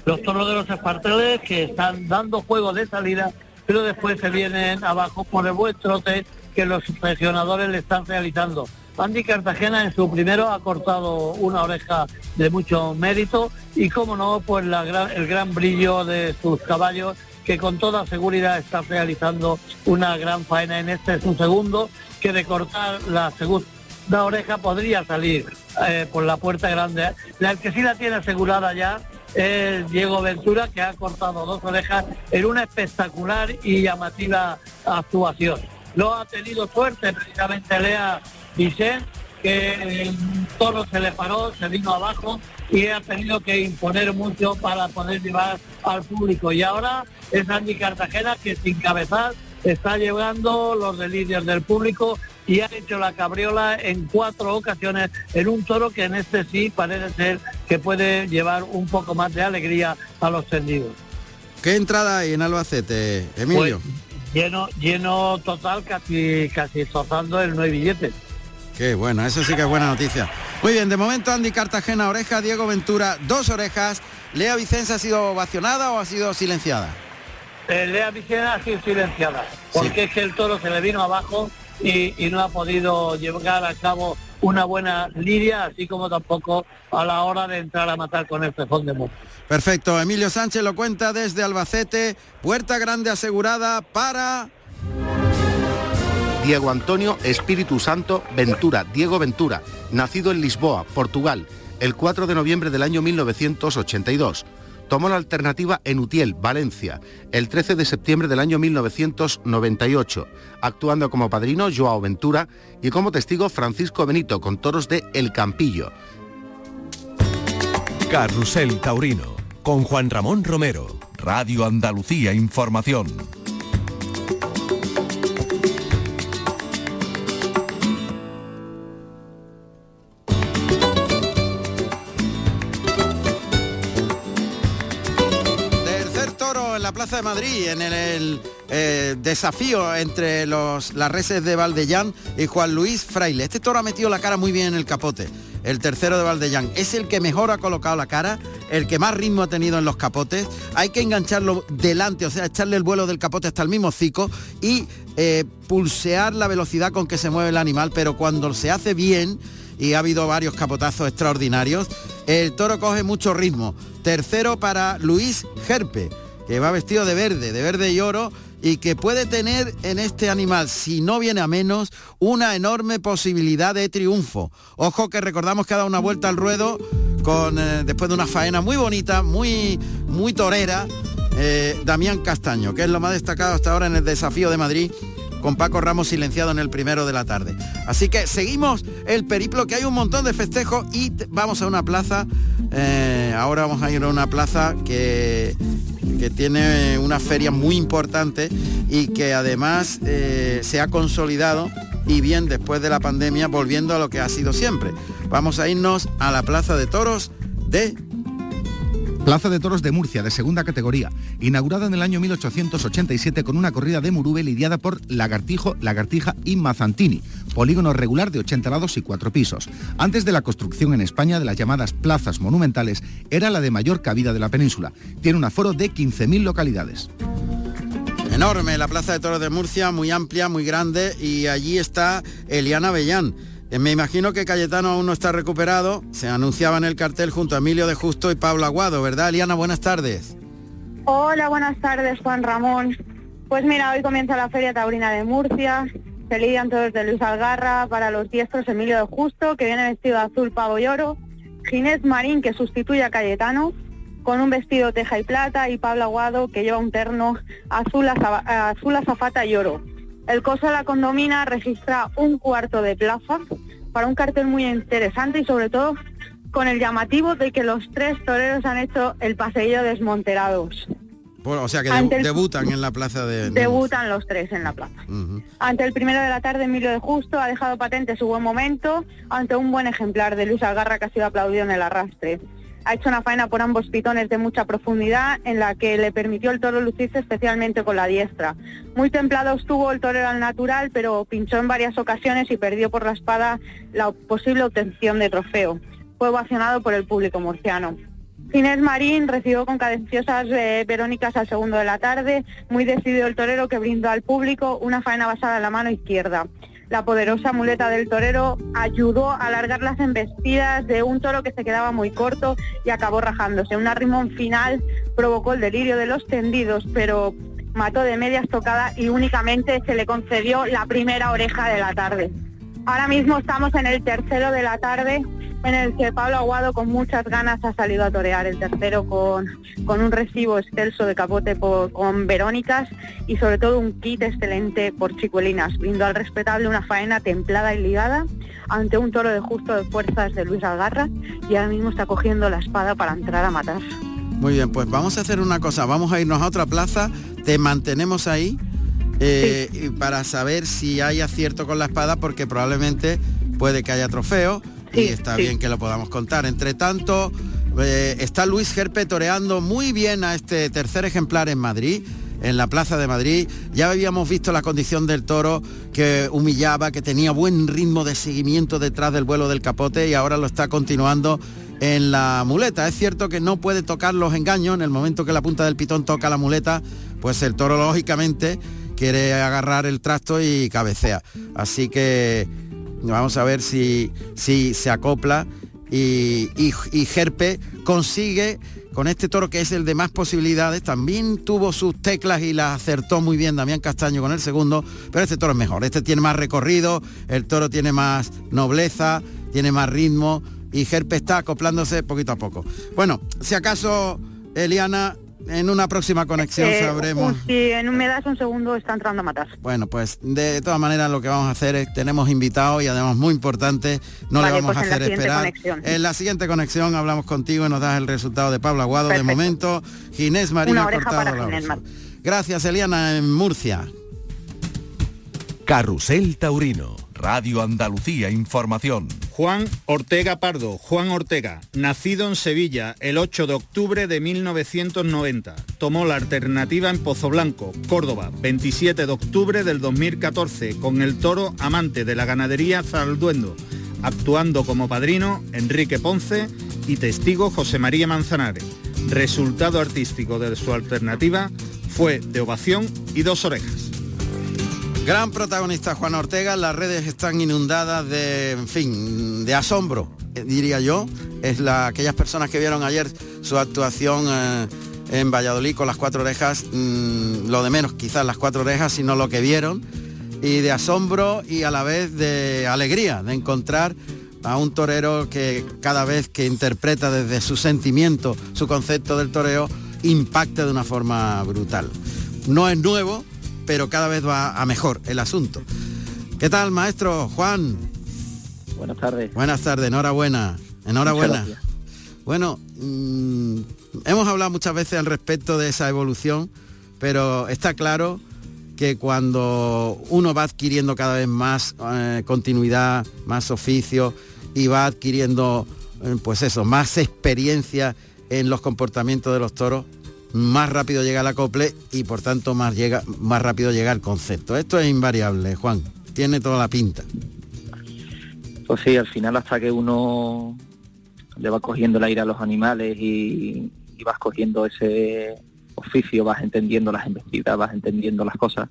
Los toros de los Esparteles que están dando juego de salida, pero después se vienen abajo por el buen trote que los seleccionadores le están realizando. Andy Cartagena en su primero ha cortado una oreja de mucho mérito y, como no, pues la gran, el gran brillo de sus caballos, que con toda seguridad está realizando una gran faena en este su segundo, que de cortar la segunda oreja podría salir eh, por la puerta grande. La que sí la tiene asegurada ya es Diego Ventura, que ha cortado dos orejas en una espectacular y llamativa actuación. No ha tenido suerte precisamente Lea Vicente, que el toro se le paró, se vino abajo y ha tenido que imponer mucho para poder llevar al público. Y ahora es Andy Cartagena, que sin cabezar está llevando los delirios del público y ha hecho la cabriola en cuatro ocasiones en un toro que en este sí parece ser que puede llevar un poco más de alegría a los tendidos. ¿Qué entrada hay en Albacete, Emilio? Pues, lleno, lleno total, casi casi rozando el nueve billetes. Qué bueno, eso sí que es buena noticia. Muy bien, de momento Andy Cartagena, oreja, Diego Ventura, dos orejas. ¿Lea Vicenza ha sido ovacionada o ha sido silenciada? Eh, Lea Vicenza ha sido silenciada, porque sí. Es que el toro se le vino abajo y, y no ha podido llevar a cabo una buena lidia, así como tampoco a la hora de entrar a matar con el cejón de muro. Perfecto, Emilio Sánchez lo cuenta desde Albacete, puerta grande asegurada para... Diego Antonio Espíritu Santo Ventura, Diego Ventura, nacido en Lisboa, Portugal, el cuatro de noviembre del año mil novecientos ochenta y dos. Tomó la alternativa en Utiel, Valencia, el trece de septiembre del año mil novecientos noventa y ocho, actuando como padrino Joao Ventura y como testigo Francisco Benito, con toros de El Campillo. Carrusel Taurino, con Juan Ramón Romero, Radio Andalucía Información. La Plaza de Madrid, en el, el eh, desafío entre los, las reses de Valdellán y Juan Luis Fraile. Este toro ha metido la cara muy bien en el capote, el tercero de Valdellán. Es el que mejor ha colocado la cara, el que más ritmo ha tenido en los capotes. Hay que engancharlo delante, o sea, echarle el vuelo del capote hasta el mismo hocico y eh, pulsear la velocidad con que se mueve el animal, pero cuando se hace bien, y ha habido varios capotazos extraordinarios, el toro coge mucho ritmo. Tercero para Luis Gerpe, que va vestido de verde, de verde y oro, y que puede tener en este animal, si no viene a menos, una enorme posibilidad de triunfo. Ojo que recordamos que ha dado una vuelta al ruedo con eh, después de una faena muy bonita, muy, muy torera, eh, Damián Castaño, que es lo más destacado hasta ahora en el desafío de Madrid, con Paco Ramos silenciado en el primero de la tarde. Así que seguimos el periplo, que hay un montón de festejos y vamos a una plaza, eh, ahora vamos a ir a una plaza que... que tiene una feria muy importante y que además eh, se ha consolidado y bien después de la pandemia, volviendo a lo que ha sido siempre. Vamos a irnos a la Plaza de Toros de... Plaza de Toros de Murcia, de segunda categoría, inaugurada en el año mil ochocientos ochenta y siete con una corrida de Murube lidiada por Lagartijo, Lagartija y Mazantini, polígono regular de ochenta lados y cuatro pisos. Antes de la construcción en España de las llamadas plazas monumentales, era la de mayor cabida de la península. Tiene un aforo de quince mil localidades. Enorme la Plaza de Toros de Murcia, muy amplia, muy grande, y allí está Eliana Avellán. Me imagino que Cayetano aún no está recuperado. Se anunciaba en el cartel junto a Emilio de Justo y Pablo Aguado, ¿verdad, Eliana? Buenas tardes. Hola, buenas tardes, Juan Ramón. Pues mira, hoy comienza la Feria Taurina de Murcia. Se lidian todos de Luis Algarra, para los diestros Emilio de Justo, que viene vestido de azul, pavo y oro, Ginés Marín, que sustituye a Cayetano, con un vestido teja y plata, y Pablo Aguado, que lleva un terno azul, aza, azul azafata y oro. El Coso de la Condomina registra un cuarto de plaza para un cartel muy interesante y sobre todo con el llamativo de que los tres toreros han hecho el paseillo desmonterados. Bueno, o sea que de, el, debutan en la plaza de... de debutan los tres en la plaza. Uh-huh. Ante el primero de la tarde, Emilio de Justo ha dejado patente su buen momento ante un buen ejemplar de Luis Algarra, que ha sido aplaudido en el arrastre. Ha hecho una faena por ambos pitones de mucha profundidad, en la que le permitió el toro lucirse especialmente con la diestra. Muy templado estuvo el torero al natural, pero pinchó en varias ocasiones y perdió por la espada la posible obtención de trofeo. Fue ovacionado por el público murciano. Ginés Marín recibió con cadenciosas eh, Verónicas al segundo de la tarde, muy decidido el torero que brindó al público una faena basada en la mano izquierda. La poderosa muleta del torero ayudó a alargar las embestidas de un toro que se quedaba muy corto y acabó rajándose. Un arrimón final provocó el delirio de los tendidos, pero mató de media estocada y únicamente se le concedió la primera oreja de la tarde. Ahora mismo estamos en el tercero de la tarde, en el que Pablo Aguado con muchas ganas ha salido a torear. El tercero con, con un recibo excelso de capote por, con Verónicas y sobre todo un kit excelente por Chicuelinas. Brindó al respetable una faena templada y ligada ante un toro de justo de fuerzas de Luis Algarra y ahora mismo está cogiendo la espada para entrar a matar. Muy bien, pues vamos a hacer una cosa, vamos a irnos a otra plaza, te mantenemos ahí eh, sí. para saber si hay acierto con la espada, porque probablemente puede que haya trofeo. Sí, y está sí. bien que lo podamos contar. Entre tanto, eh, está Luis Gerpe toreando muy bien a este tercer ejemplar en Madrid, en la Plaza de Madrid. Ya habíamos visto la condición del toro, que humillaba, que tenía buen ritmo de seguimiento detrás del vuelo del capote, y ahora lo está continuando en la muleta. Es cierto que no puede tocar los engaños. En el momento que la punta del pitón toca la muleta, pues el toro lógicamente quiere agarrar el trasto y cabecea. Así que vamos a ver si, si se acopla y, y, y Gerpe consigue, con este toro que es el de más posibilidades, también tuvo sus teclas y las acertó muy bien Damián Castaño con el segundo, pero este toro es mejor, este tiene más recorrido, el toro tiene más nobleza, tiene más ritmo y Gerpe está acoplándose poquito a poco. Bueno, si acaso, Eliana, en una próxima conexión eh, sabremos... Si en un me das un segundo, está entrando a matar. Bueno, pues de todas maneras lo que vamos a hacer es, tenemos invitados y además muy importante, no vale, le vamos pues a hacer esperar. Conexión. En la siguiente conexión hablamos contigo y nos das el resultado de Pablo Aguado. Perfecto. De momento, Ginés Marín ha cortado la oreja. Gracias, Eliana, en Murcia. Carrusel Taurino, Radio Andalucía Información. Juan Ortega Pardo, Juan Ortega, nacido en Sevilla el ocho de octubre de mil novecientos noventa. Tomó la alternativa en Pozoblanco, Córdoba, veintisiete de octubre del dos mil catorce, con el toro Amante de la ganadería Zalduendo, actuando como padrino Enrique Ponce y testigo José María Manzanares. Resultado artístico de su alternativa fue de ovación y dos orejas. Gran protagonista Juan Ortega, las redes están inundadas de, en fin, de asombro, diría yo. Es la, aquellas personas que vieron ayer su actuación eh, en Valladolid con las cuatro orejas, mmm, lo de menos quizás las cuatro orejas, sino lo que vieron, y de asombro y a la vez de alegría, de encontrar a un torero que cada vez que interpreta desde su sentimiento, su concepto del toreo, impacta de una forma brutal. No es nuevo, pero cada vez va a mejor el asunto. ¿Qué tal, maestro Juan? Buenas tardes. Buenas tardes, enhorabuena. Enhorabuena. Bueno, mmm, hemos hablado muchas veces al respecto de esa evolución, pero está claro que cuando uno va adquiriendo cada vez más eh, continuidad, más oficio y va adquiriendo, eh, pues eso, más experiencia en los comportamientos de los toros, más rápido llega el acople y por tanto más, llega, más rápido llega el concepto. Esto es invariable, Juan, tiene toda la pinta. Pues sí, al final hasta que uno le va cogiendo el aire a los animales y, y vas cogiendo ese oficio, vas entendiendo las embestidas, vas entendiendo las cosas,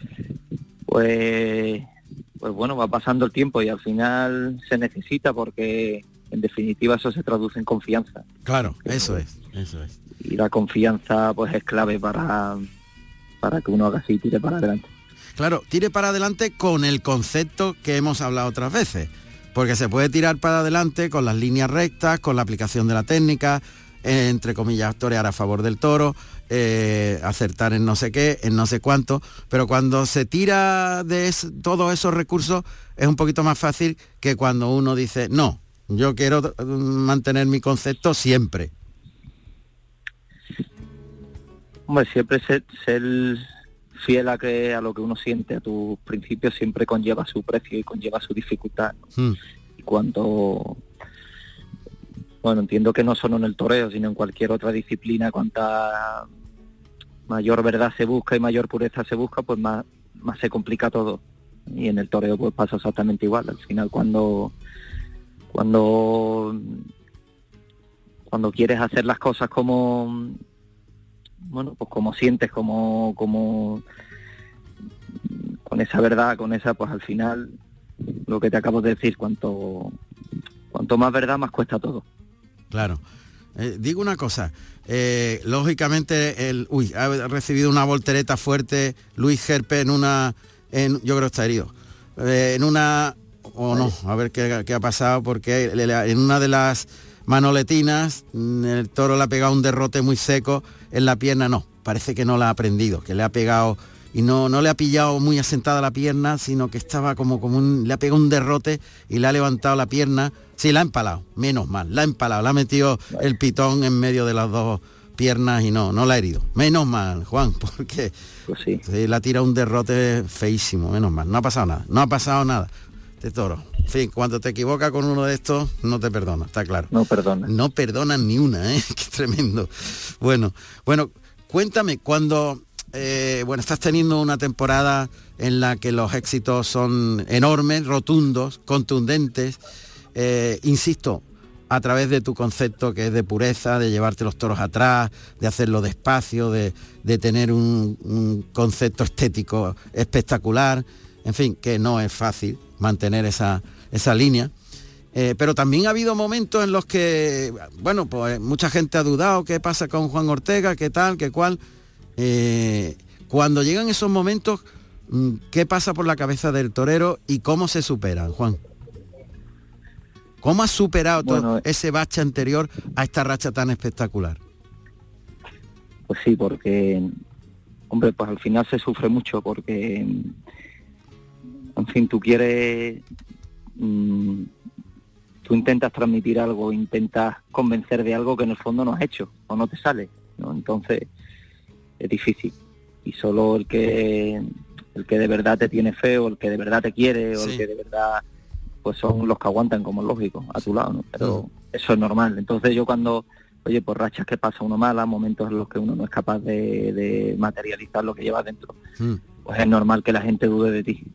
pues, pues bueno, va pasando el tiempo y al final se necesita, porque en definitiva eso se traduce en confianza. Claro, eso es, eso es. Y la confianza pues es clave para, para que uno haga así y tire para adelante. Claro, tire para adelante con el concepto que hemos hablado otras veces, porque se puede tirar para adelante con las líneas rectas, con la aplicación de la técnica, eh, entre comillas, torear a favor del toro, eh, acertar en no sé qué, en no sé cuánto, pero cuando se tira de es, todos esos recursos es un poquito más fácil que cuando uno dice, no, yo quiero mantener mi concepto siempre. Hombre, siempre ser, ser fiel a, que, a lo que uno siente, a tus principios, siempre conlleva su precio y conlleva su dificultad. Hmm. Y cuando, bueno, entiendo que no solo en el toreo, sino en cualquier otra disciplina, cuanta mayor verdad se busca y mayor pureza se busca, pues más, más se complica todo. Y en el toreo pues pasa exactamente igual. Al final cuando, cuando cuando quieres hacer las cosas como, bueno, pues como sientes, como, como con esa verdad, con esa, pues al final, lo que te acabo de decir, cuanto, cuanto más verdad, más cuesta todo. Claro. Eh, digo una cosa, eh, lógicamente, el, uy, ha recibido una voltereta fuerte Luis Gerpe en una, en, yo creo que está herido, eh, en una, o oh no, a ver qué, qué ha pasado, porque en una de las manoletinas el toro le ha pegado un derrote muy seco en la pierna, no, parece que no la ha prendido, que le ha pegado, y no, no le ha pillado muy asentada la pierna, sino que estaba como, como un, le ha pegado un derrote y le ha levantado la pierna. Sí, la ha empalado, menos mal, la ha empalado, la ha metido el pitón en medio de las dos piernas y no, no la ha herido. Menos mal, Juan, porque pues sí. Sí, le ha tirado un derrote feísimo, menos mal. No ha pasado nada, no ha pasado nada. Este toro. En fin, cuando te equivocas con uno de estos, no te perdona, está claro. No perdona. No perdonan ni una, ¿eh? Qué tremendo. Bueno, bueno, cuéntame, cuando... Eh, bueno, estás teniendo una temporada en la que los éxitos son enormes, rotundos, contundentes. Eh, insisto, a través de tu concepto que es de pureza, de llevarte los toros atrás, de hacerlo despacio, de, de tener un, un concepto estético espectacular, en fin, que no es fácil mantener esa, esa línea. Eh, pero también ha habido momentos en los que, bueno, pues mucha gente ha dudado qué pasa con Juan Ortega, qué tal, qué cual. Eh, cuando llegan esos momentos, ¿qué pasa por la cabeza del torero y cómo se superan, Juan? ¿Cómo has superado bueno, todo ese bache anterior a esta racha tan espectacular? Pues sí, porque, hombre, pues al final se sufre mucho porque, en fin, tú quieres, mmm, tú intentas transmitir algo, intentas convencer de algo que en el fondo no has hecho o no te sale, ¿no? Entonces es difícil. Y solo el que el que de verdad te tiene fe, o el que de verdad te quiere, o sí. el que de verdad, pues son los que aguantan, como es lógico, a tu lado, ¿no? Pero sí. eso es normal. Entonces yo cuando, oye, por rachas que pasa uno mala, momentos en los que uno no es capaz de, de materializar lo que lleva dentro, sí. pues es normal que la gente dude de ti.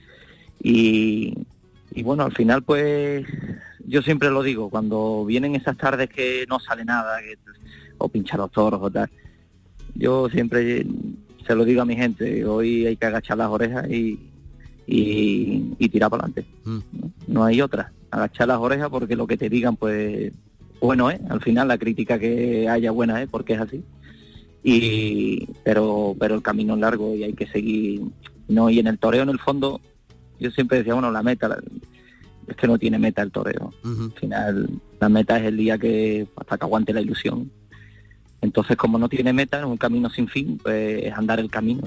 Y, y bueno, al final pues yo siempre lo digo, cuando vienen esas tardes que no sale nada, que, o pinchar los toros o tal, yo siempre se lo digo a mi gente, hoy hay que agachar las orejas y, y, y tirar para adelante. Mm. ¿no? no hay otra, agachar las orejas porque lo que te digan pues bueno es, ¿eh? Al final la crítica que haya buena es, ¿eh? Porque es así. Y pero pero el camino es largo y hay que seguir, no, y en el toreo en el fondo yo siempre decía, bueno, la meta la, es que no tiene meta el toreo. Uh-huh. Al final la meta es el día que hasta que aguante la ilusión. Entonces, como no tiene meta, es un camino sin fin, pues es andar el camino.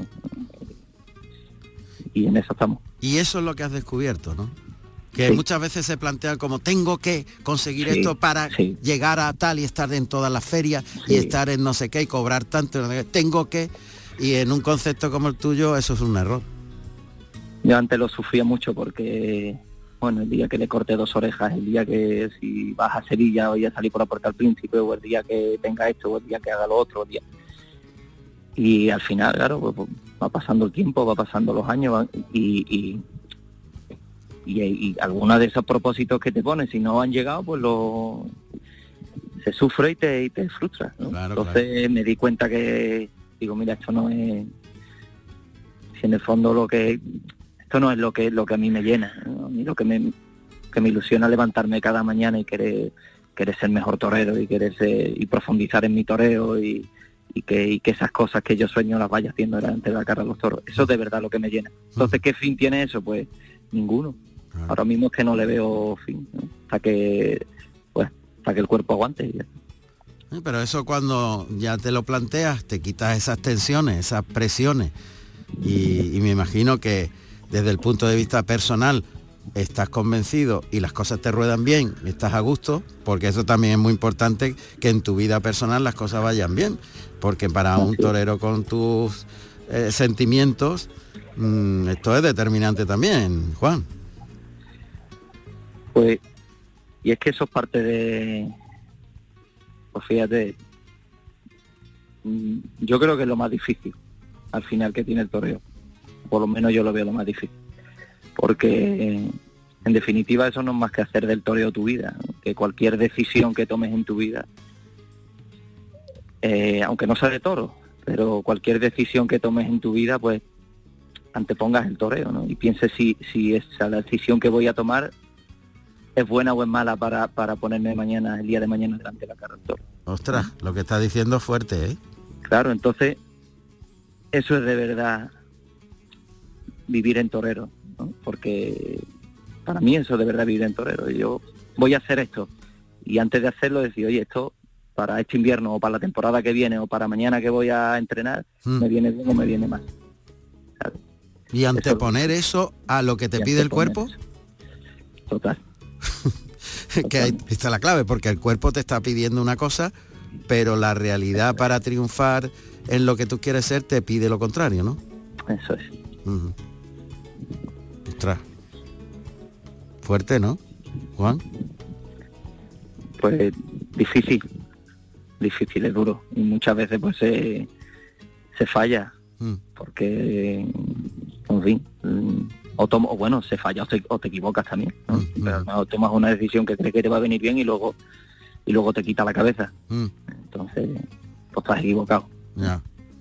Y en eso estamos. Y eso es lo que has descubierto, ¿no? Que sí. muchas veces se plantea como, tengo que conseguir sí, esto para sí. llegar a tal y estar en todas las ferias sí. y estar en no sé qué y cobrar tanto. Tengo que... Y en un concepto como el tuyo, eso es un error. Yo antes lo sufría mucho porque... Bueno, el día que le corte dos orejas, el día que si vas a Sevilla voy a salir por la Puerta del Príncipe, o el día que tenga esto, o el día que haga lo otro, el día... Y al final, claro, pues, pues, va pasando el tiempo, va pasando los años, va, y, y, y, y algunos de esos propósitos que te pones, si no han llegado, pues lo se sufre y te, y te frustra, ¿no? Claro, Entonces claro. me di cuenta que, digo, mira, esto no es... Si en el fondo lo que... Esto no es lo que lo que a mí me llena, ¿no? A mí lo que me que me ilusiona levantarme cada mañana y querer querer ser mejor torero y querer ser, y profundizar en mi toreo y, y que y que esas cosas que yo sueño las vaya haciendo delante de la cara de los toros. Eso es de verdad lo que me llena. Entonces, ¿qué fin tiene eso? Pues ninguno. Claro. Ahora mismo es que no le veo fin, ¿no? Hasta que pues hasta que el cuerpo aguante. Sí, pero eso cuando ya te lo planteas, te quitas esas tensiones, esas presiones y, y me imagino que desde el punto de vista personal estás convencido y las cosas te ruedan bien, estás a gusto, porque eso también es muy importante, que en tu vida personal las cosas vayan bien, porque para un torero con tus eh, sentimientos, mmm, esto es determinante también, Juan. Pues, y es que eso es parte de, pues fíjate, yo creo que es lo más difícil, al final, que tiene el toreo. Por lo menos yo lo veo lo más difícil, porque en definitiva eso no es más que hacer del toreo tu vida, ¿no? Que cualquier decisión que tomes en tu vida eh, aunque no sea de toro, pero cualquier decisión que tomes en tu vida, pues antepongas el toreo, ¿no? Y pienses si, si esa la decisión que voy a tomar es buena o es mala para, para ponerme mañana, el día de mañana, delante de la cara del toro. Ostras, lo que está diciendo es fuerte, ¿eh? Claro, entonces, eso es de verdad vivir en torero, ¿no? Porque para mí eso es de verdad vivir en torero. Yo voy a hacer esto, y antes de hacerlo decir, oye, esto para este invierno o para la temporada que viene o para mañana que voy a entrenar, mm. me viene bien o me viene mal. Claro. ¿Y anteponer eso, eso a lo que te pide el cuerpo? Eso. Total. Que ahí está la clave, porque el cuerpo te está pidiendo una cosa, pero la realidad para triunfar en lo que tú quieres ser te pide lo contrario, ¿no? Eso es. Uh-huh. Ostras. Fuerte, ¿no, Juan? Pues difícil. Difícil, es duro. Y muchas veces pues se, se falla. Mm. Porque, en fin... O, tomo, o bueno, se falla o te, o te equivocas también, ¿no? Mm, Pero mm. no, tomas una decisión que crees que te va a venir bien y luego y luego te quita la cabeza. Mm. Entonces, pues estás equivocado. Ya.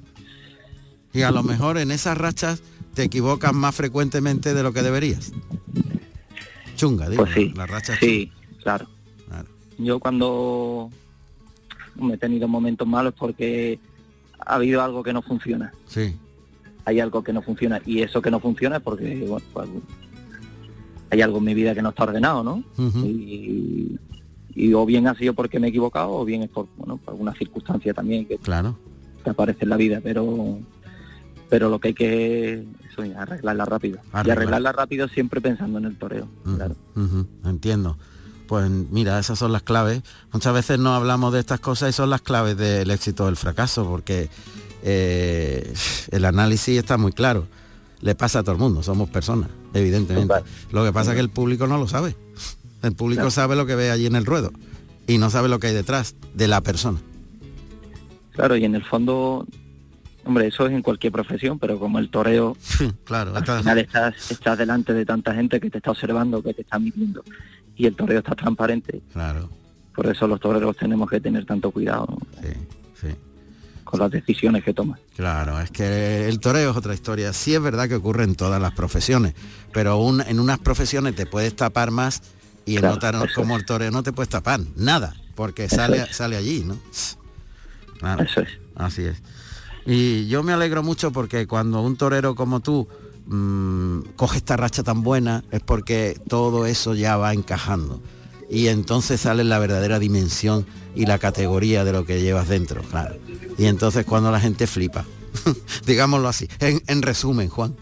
Y a lo mejor en esas rachas te equivocas más frecuentemente de lo que deberías. Chunga, digo. Pues sí, las rachas sí, claro. claro. Yo cuando me he tenido momentos malos porque ha habido algo que no funciona. Sí. Hay algo que no funciona, y eso que no funciona es porque, bueno, pues, hay algo en mi vida que no está ordenado, ¿no? Uh-huh. Y, y o bien ha sido porque me he equivocado, o bien es por, bueno, por alguna circunstancia también que, claro. que aparece en la vida, pero pero lo que hay que eso, arreglarla rápido. Arreglar. Y arreglarla rápido siempre pensando en el toreo, uh-huh. claro. Uh-huh. Entiendo. Pues mira, esas son las claves. Muchas veces no hablamos de estas cosas y son las claves del éxito o del fracaso, porque Eh, el análisis está muy claro, le pasa a todo el mundo, somos personas, evidentemente. Lo que pasa es que el público no lo sabe, el público claro. sabe lo que ve allí en el ruedo y no sabe lo que hay detrás de la persona. Claro, y en el fondo, hombre, eso es en cualquier profesión, pero como el toreo, claro, al está... final estás, estás delante de tanta gente que te está observando, que te está midiendo, y el toreo está transparente. Claro. Por eso los toreros tenemos que tener tanto cuidado, ¿no? Sí, sí. Con las decisiones que toman. Claro, es que el toreo es otra historia. Sí es verdad que ocurre en todas las profesiones, pero un, en unas profesiones te puedes tapar más y en claro, otras como es. El toreo no te puedes tapar nada, porque eso sale es. sale allí, ¿no? Claro, eso es. Así es. Y yo me alegro mucho porque cuando un torero como tú mmm, coge esta racha tan buena es porque todo eso ya va encajando. Y entonces sale la verdadera dimensión y la categoría de lo que llevas dentro, claro. Y entonces cuando la gente flipa, digámoslo así, en, en resumen, Juan.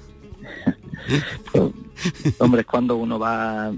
Pues, hombre, es cuando uno va,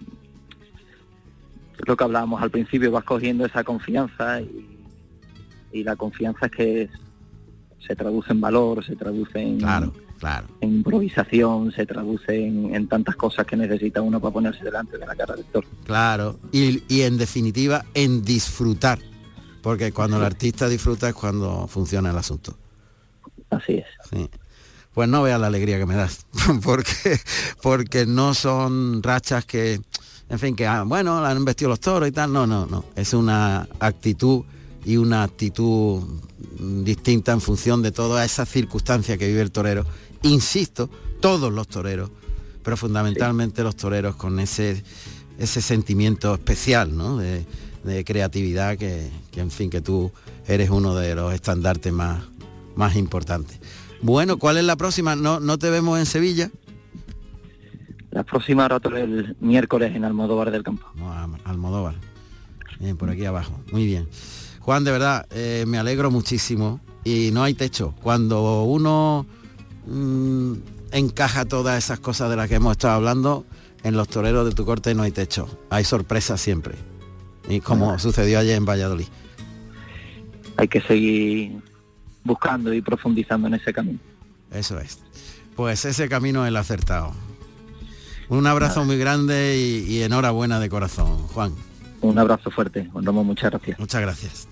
lo que hablábamos al principio, vas cogiendo esa confianza y, y la confianza es que se traduce en valor, se traduce en, claro, claro. en improvisación, se traduce en, en tantas cosas que necesita uno para ponerse delante de la cara del toro. Claro, y, y en definitiva en disfrutar. Porque cuando el artista disfruta es cuando funciona el asunto. Así es. Sí. Pues no veas la alegría que me das, porque porque no son rachas que, en fin, que ah, bueno, la han vestido los toros y tal. No, no, no. Es una actitud y una actitud distinta en función de toda esa circunstancia que vive el torero. Insisto, todos los toreros, pero fundamentalmente sí. los toreros con ese ese sentimiento especial, ¿no? De, de creatividad que, que en fin que tú eres uno de los estandartes más más importantes. Bueno, ¿cuál es la próxima? ¿No no te vemos en Sevilla? La próxima ahora el miércoles en Almodóvar del Campo. No, Almodóvar. Bien, por aquí abajo. Muy bien. Juan, de verdad, eh, me alegro muchísimo y no hay techo. Cuando uno mmm, encaja todas esas cosas de las que hemos estado hablando, en los toreros de tu corte no hay techo. Hay sorpresas siempre. Y como ah. sucedió ayer en Valladolid. Hay que seguir buscando y profundizando en ese camino. Eso es. Pues ese camino es el acertado. Un abrazo Nada. muy grande y, y enhorabuena de corazón, Juan. Un abrazo fuerte, Juan Ramón, muchas gracias. Muchas gracias.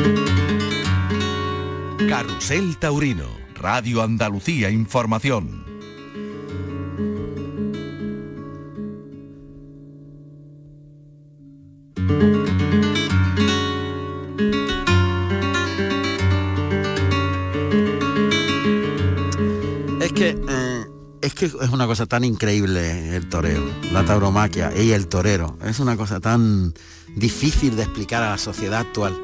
Carrusel Taurino, Radio Andalucía Información. que es una cosa tan increíble el toreo, la tauromaquia y el torero. Es una cosa tan difícil de explicar a la sociedad actual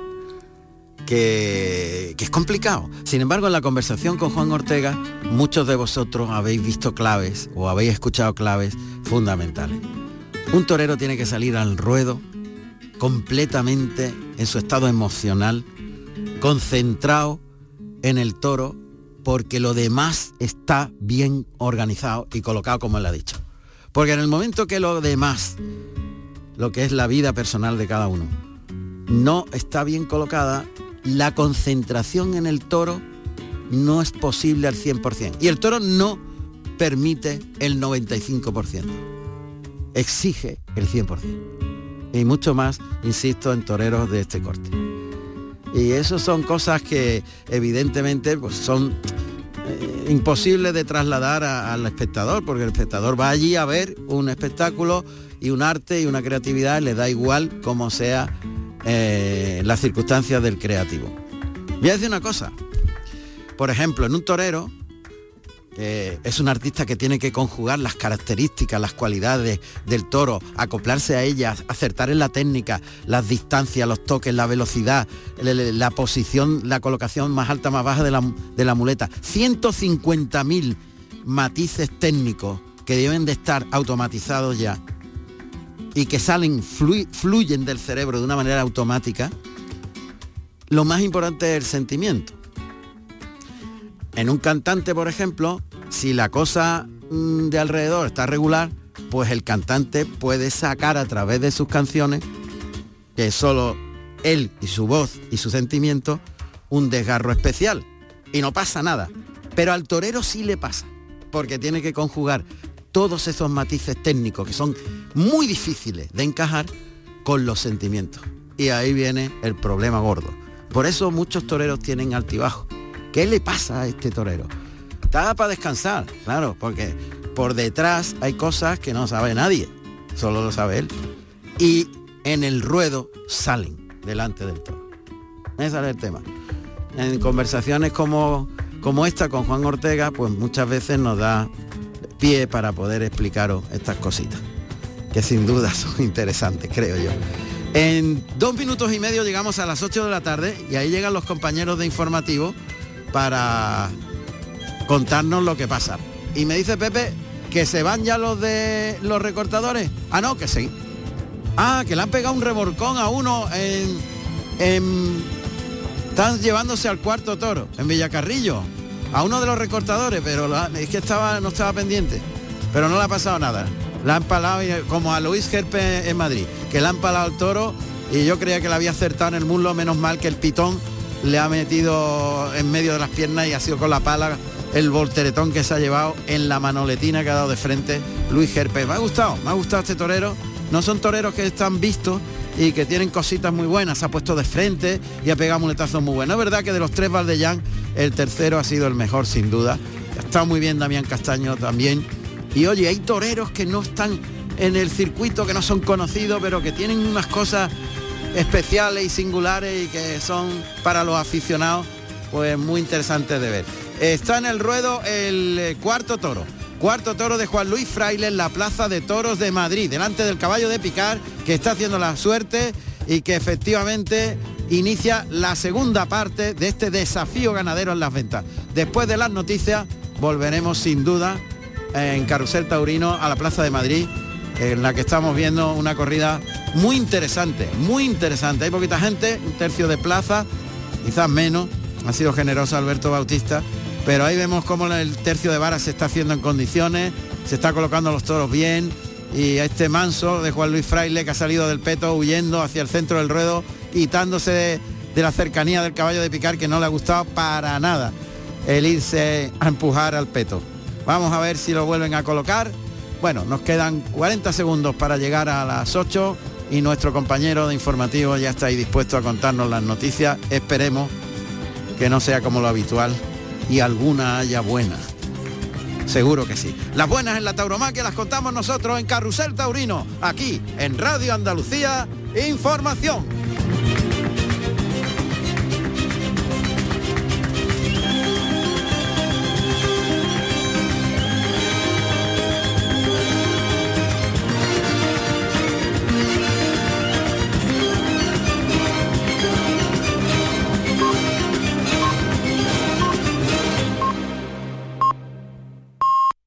que, que es complicado. Sin embargo, en la conversación con Juan Ortega, muchos de vosotros habéis visto claves o habéis escuchado claves fundamentales. Un torero tiene que salir al ruedo completamente en su estado emocional, concentrado en el toro, porque lo demás está bien organizado y colocado como él ha dicho. Porque en el momento que lo demás, lo que es la vida personal de cada uno, no está bien colocada, la concentración en el toro no es posible al cien por ciento. Y el toro no permite el noventa y cinco por ciento. Exige el cien por ciento. Y mucho más, insisto, en toreros de este corte. Y eso son cosas que evidentemente pues, son eh, imposibles de trasladar a, al espectador, porque el espectador va allí a ver un espectáculo y un arte y una creatividad, le da igual como sea eh, las circunstancias del creativo. Voy a decir una cosa. Por ejemplo, en un torero, eh, es un artista que tiene que conjugar las características, las cualidades del toro, acoplarse a ellas, acertar en la técnica, las distancias, los toques, la velocidad, la, la posición, la colocación más alta, más baja de la, de la muleta. ciento cincuenta mil matices técnicos que deben de estar automatizados ya y que salen, flu, fluyen del cerebro de una manera automática. Lo más importante es el sentimiento. En un cantante, por ejemplo, si la cosa mmm, de alrededor está regular, pues el cantante puede sacar a través de sus canciones, que solo él y su voz y su sentimiento, un desgarro especial. Y no pasa nada. Pero al torero sí le pasa, porque tiene que conjugar todos esos matices técnicos que son muy difíciles de encajar con los sentimientos. Y ahí viene el problema gordo. Por eso muchos toreros tienen altibajos. ¿Qué le pasa a este torero? Está para descansar, claro, porque por detrás hay cosas que no sabe nadie, solo lo sabe él. Y en el ruedo salen delante del toro. Ese es el tema. En conversaciones como, como esta con Juan Ortega, pues muchas veces nos da pie para poder explicaros estas cositas, que sin duda son interesantes, creo yo. En dos minutos y medio llegamos a las ocho de la tarde y ahí llegan los compañeros de informativo para contarnos lo que pasa. Y me dice Pepe que se van ya los de los recortadores. Ah, no, que sí. Ah, que le han pegado un revolcón a uno en... en están llevándose al cuarto toro, en Villacarrillo, a uno de los recortadores, pero la, es que estaba no estaba pendiente. Pero no le ha pasado nada. La han palado como a Luis Gerpe en Madrid, que le han palado al toro y yo creía que le había acertado en el muslo, menos mal que el pitón le ha metido en medio de las piernas y ha sido con la pala el volteretón que se ha llevado en la manoletina que ha dado de frente Luis Gerpe. Me ha gustado, me ha gustado este torero. No son toreros que están vistos y que tienen cositas muy buenas. Se ha puesto de frente y ha pegado muletazos muy buenos. Es verdad que de los tres Valdellán, el tercero ha sido el mejor sin duda. Ha estado muy bien Damián Castaño también. Y oye, hay toreros que no están en el circuito, que no son conocidos, pero que tienen unas cosas especiales y singulares y que son para los aficionados pues muy interesantes de ver. Está en el ruedo el eh, cuarto toro. Cuarto toro de Juan Luis Fraile en la Plaza de Toros de Madrid, delante del caballo de picar, que está haciendo la suerte y que efectivamente inicia la segunda parte de este desafío ganadero en las ventas. Después de las noticias volveremos sin duda en Carrusel Taurino a la Plaza de Madrid, en la que estamos viendo una corrida muy interesante, muy interesante. Hay poquita gente, un tercio de plaza, quizás menos, ha sido generoso Alberto Bautista, pero ahí vemos cómo el tercio de vara se está haciendo en condiciones, se está colocando los toros bien, y a este manso de Juan Luis Fraile que ha salido del peto huyendo hacia el centro del ruedo, quitándose de, de la cercanía del caballo de picar, que no le ha gustado para nada el irse a empujar al peto. Vamos a ver si lo vuelven a colocar. Bueno, nos quedan cuarenta segundos para llegar a las ocho y nuestro compañero de informativo ya está ahí dispuesto a contarnos las noticias. Esperemos que no sea como lo habitual y alguna haya buena. Seguro que sí. Las buenas en la tauromaquia las contamos nosotros en Carrusel Taurino, aquí en Radio Andalucía Información.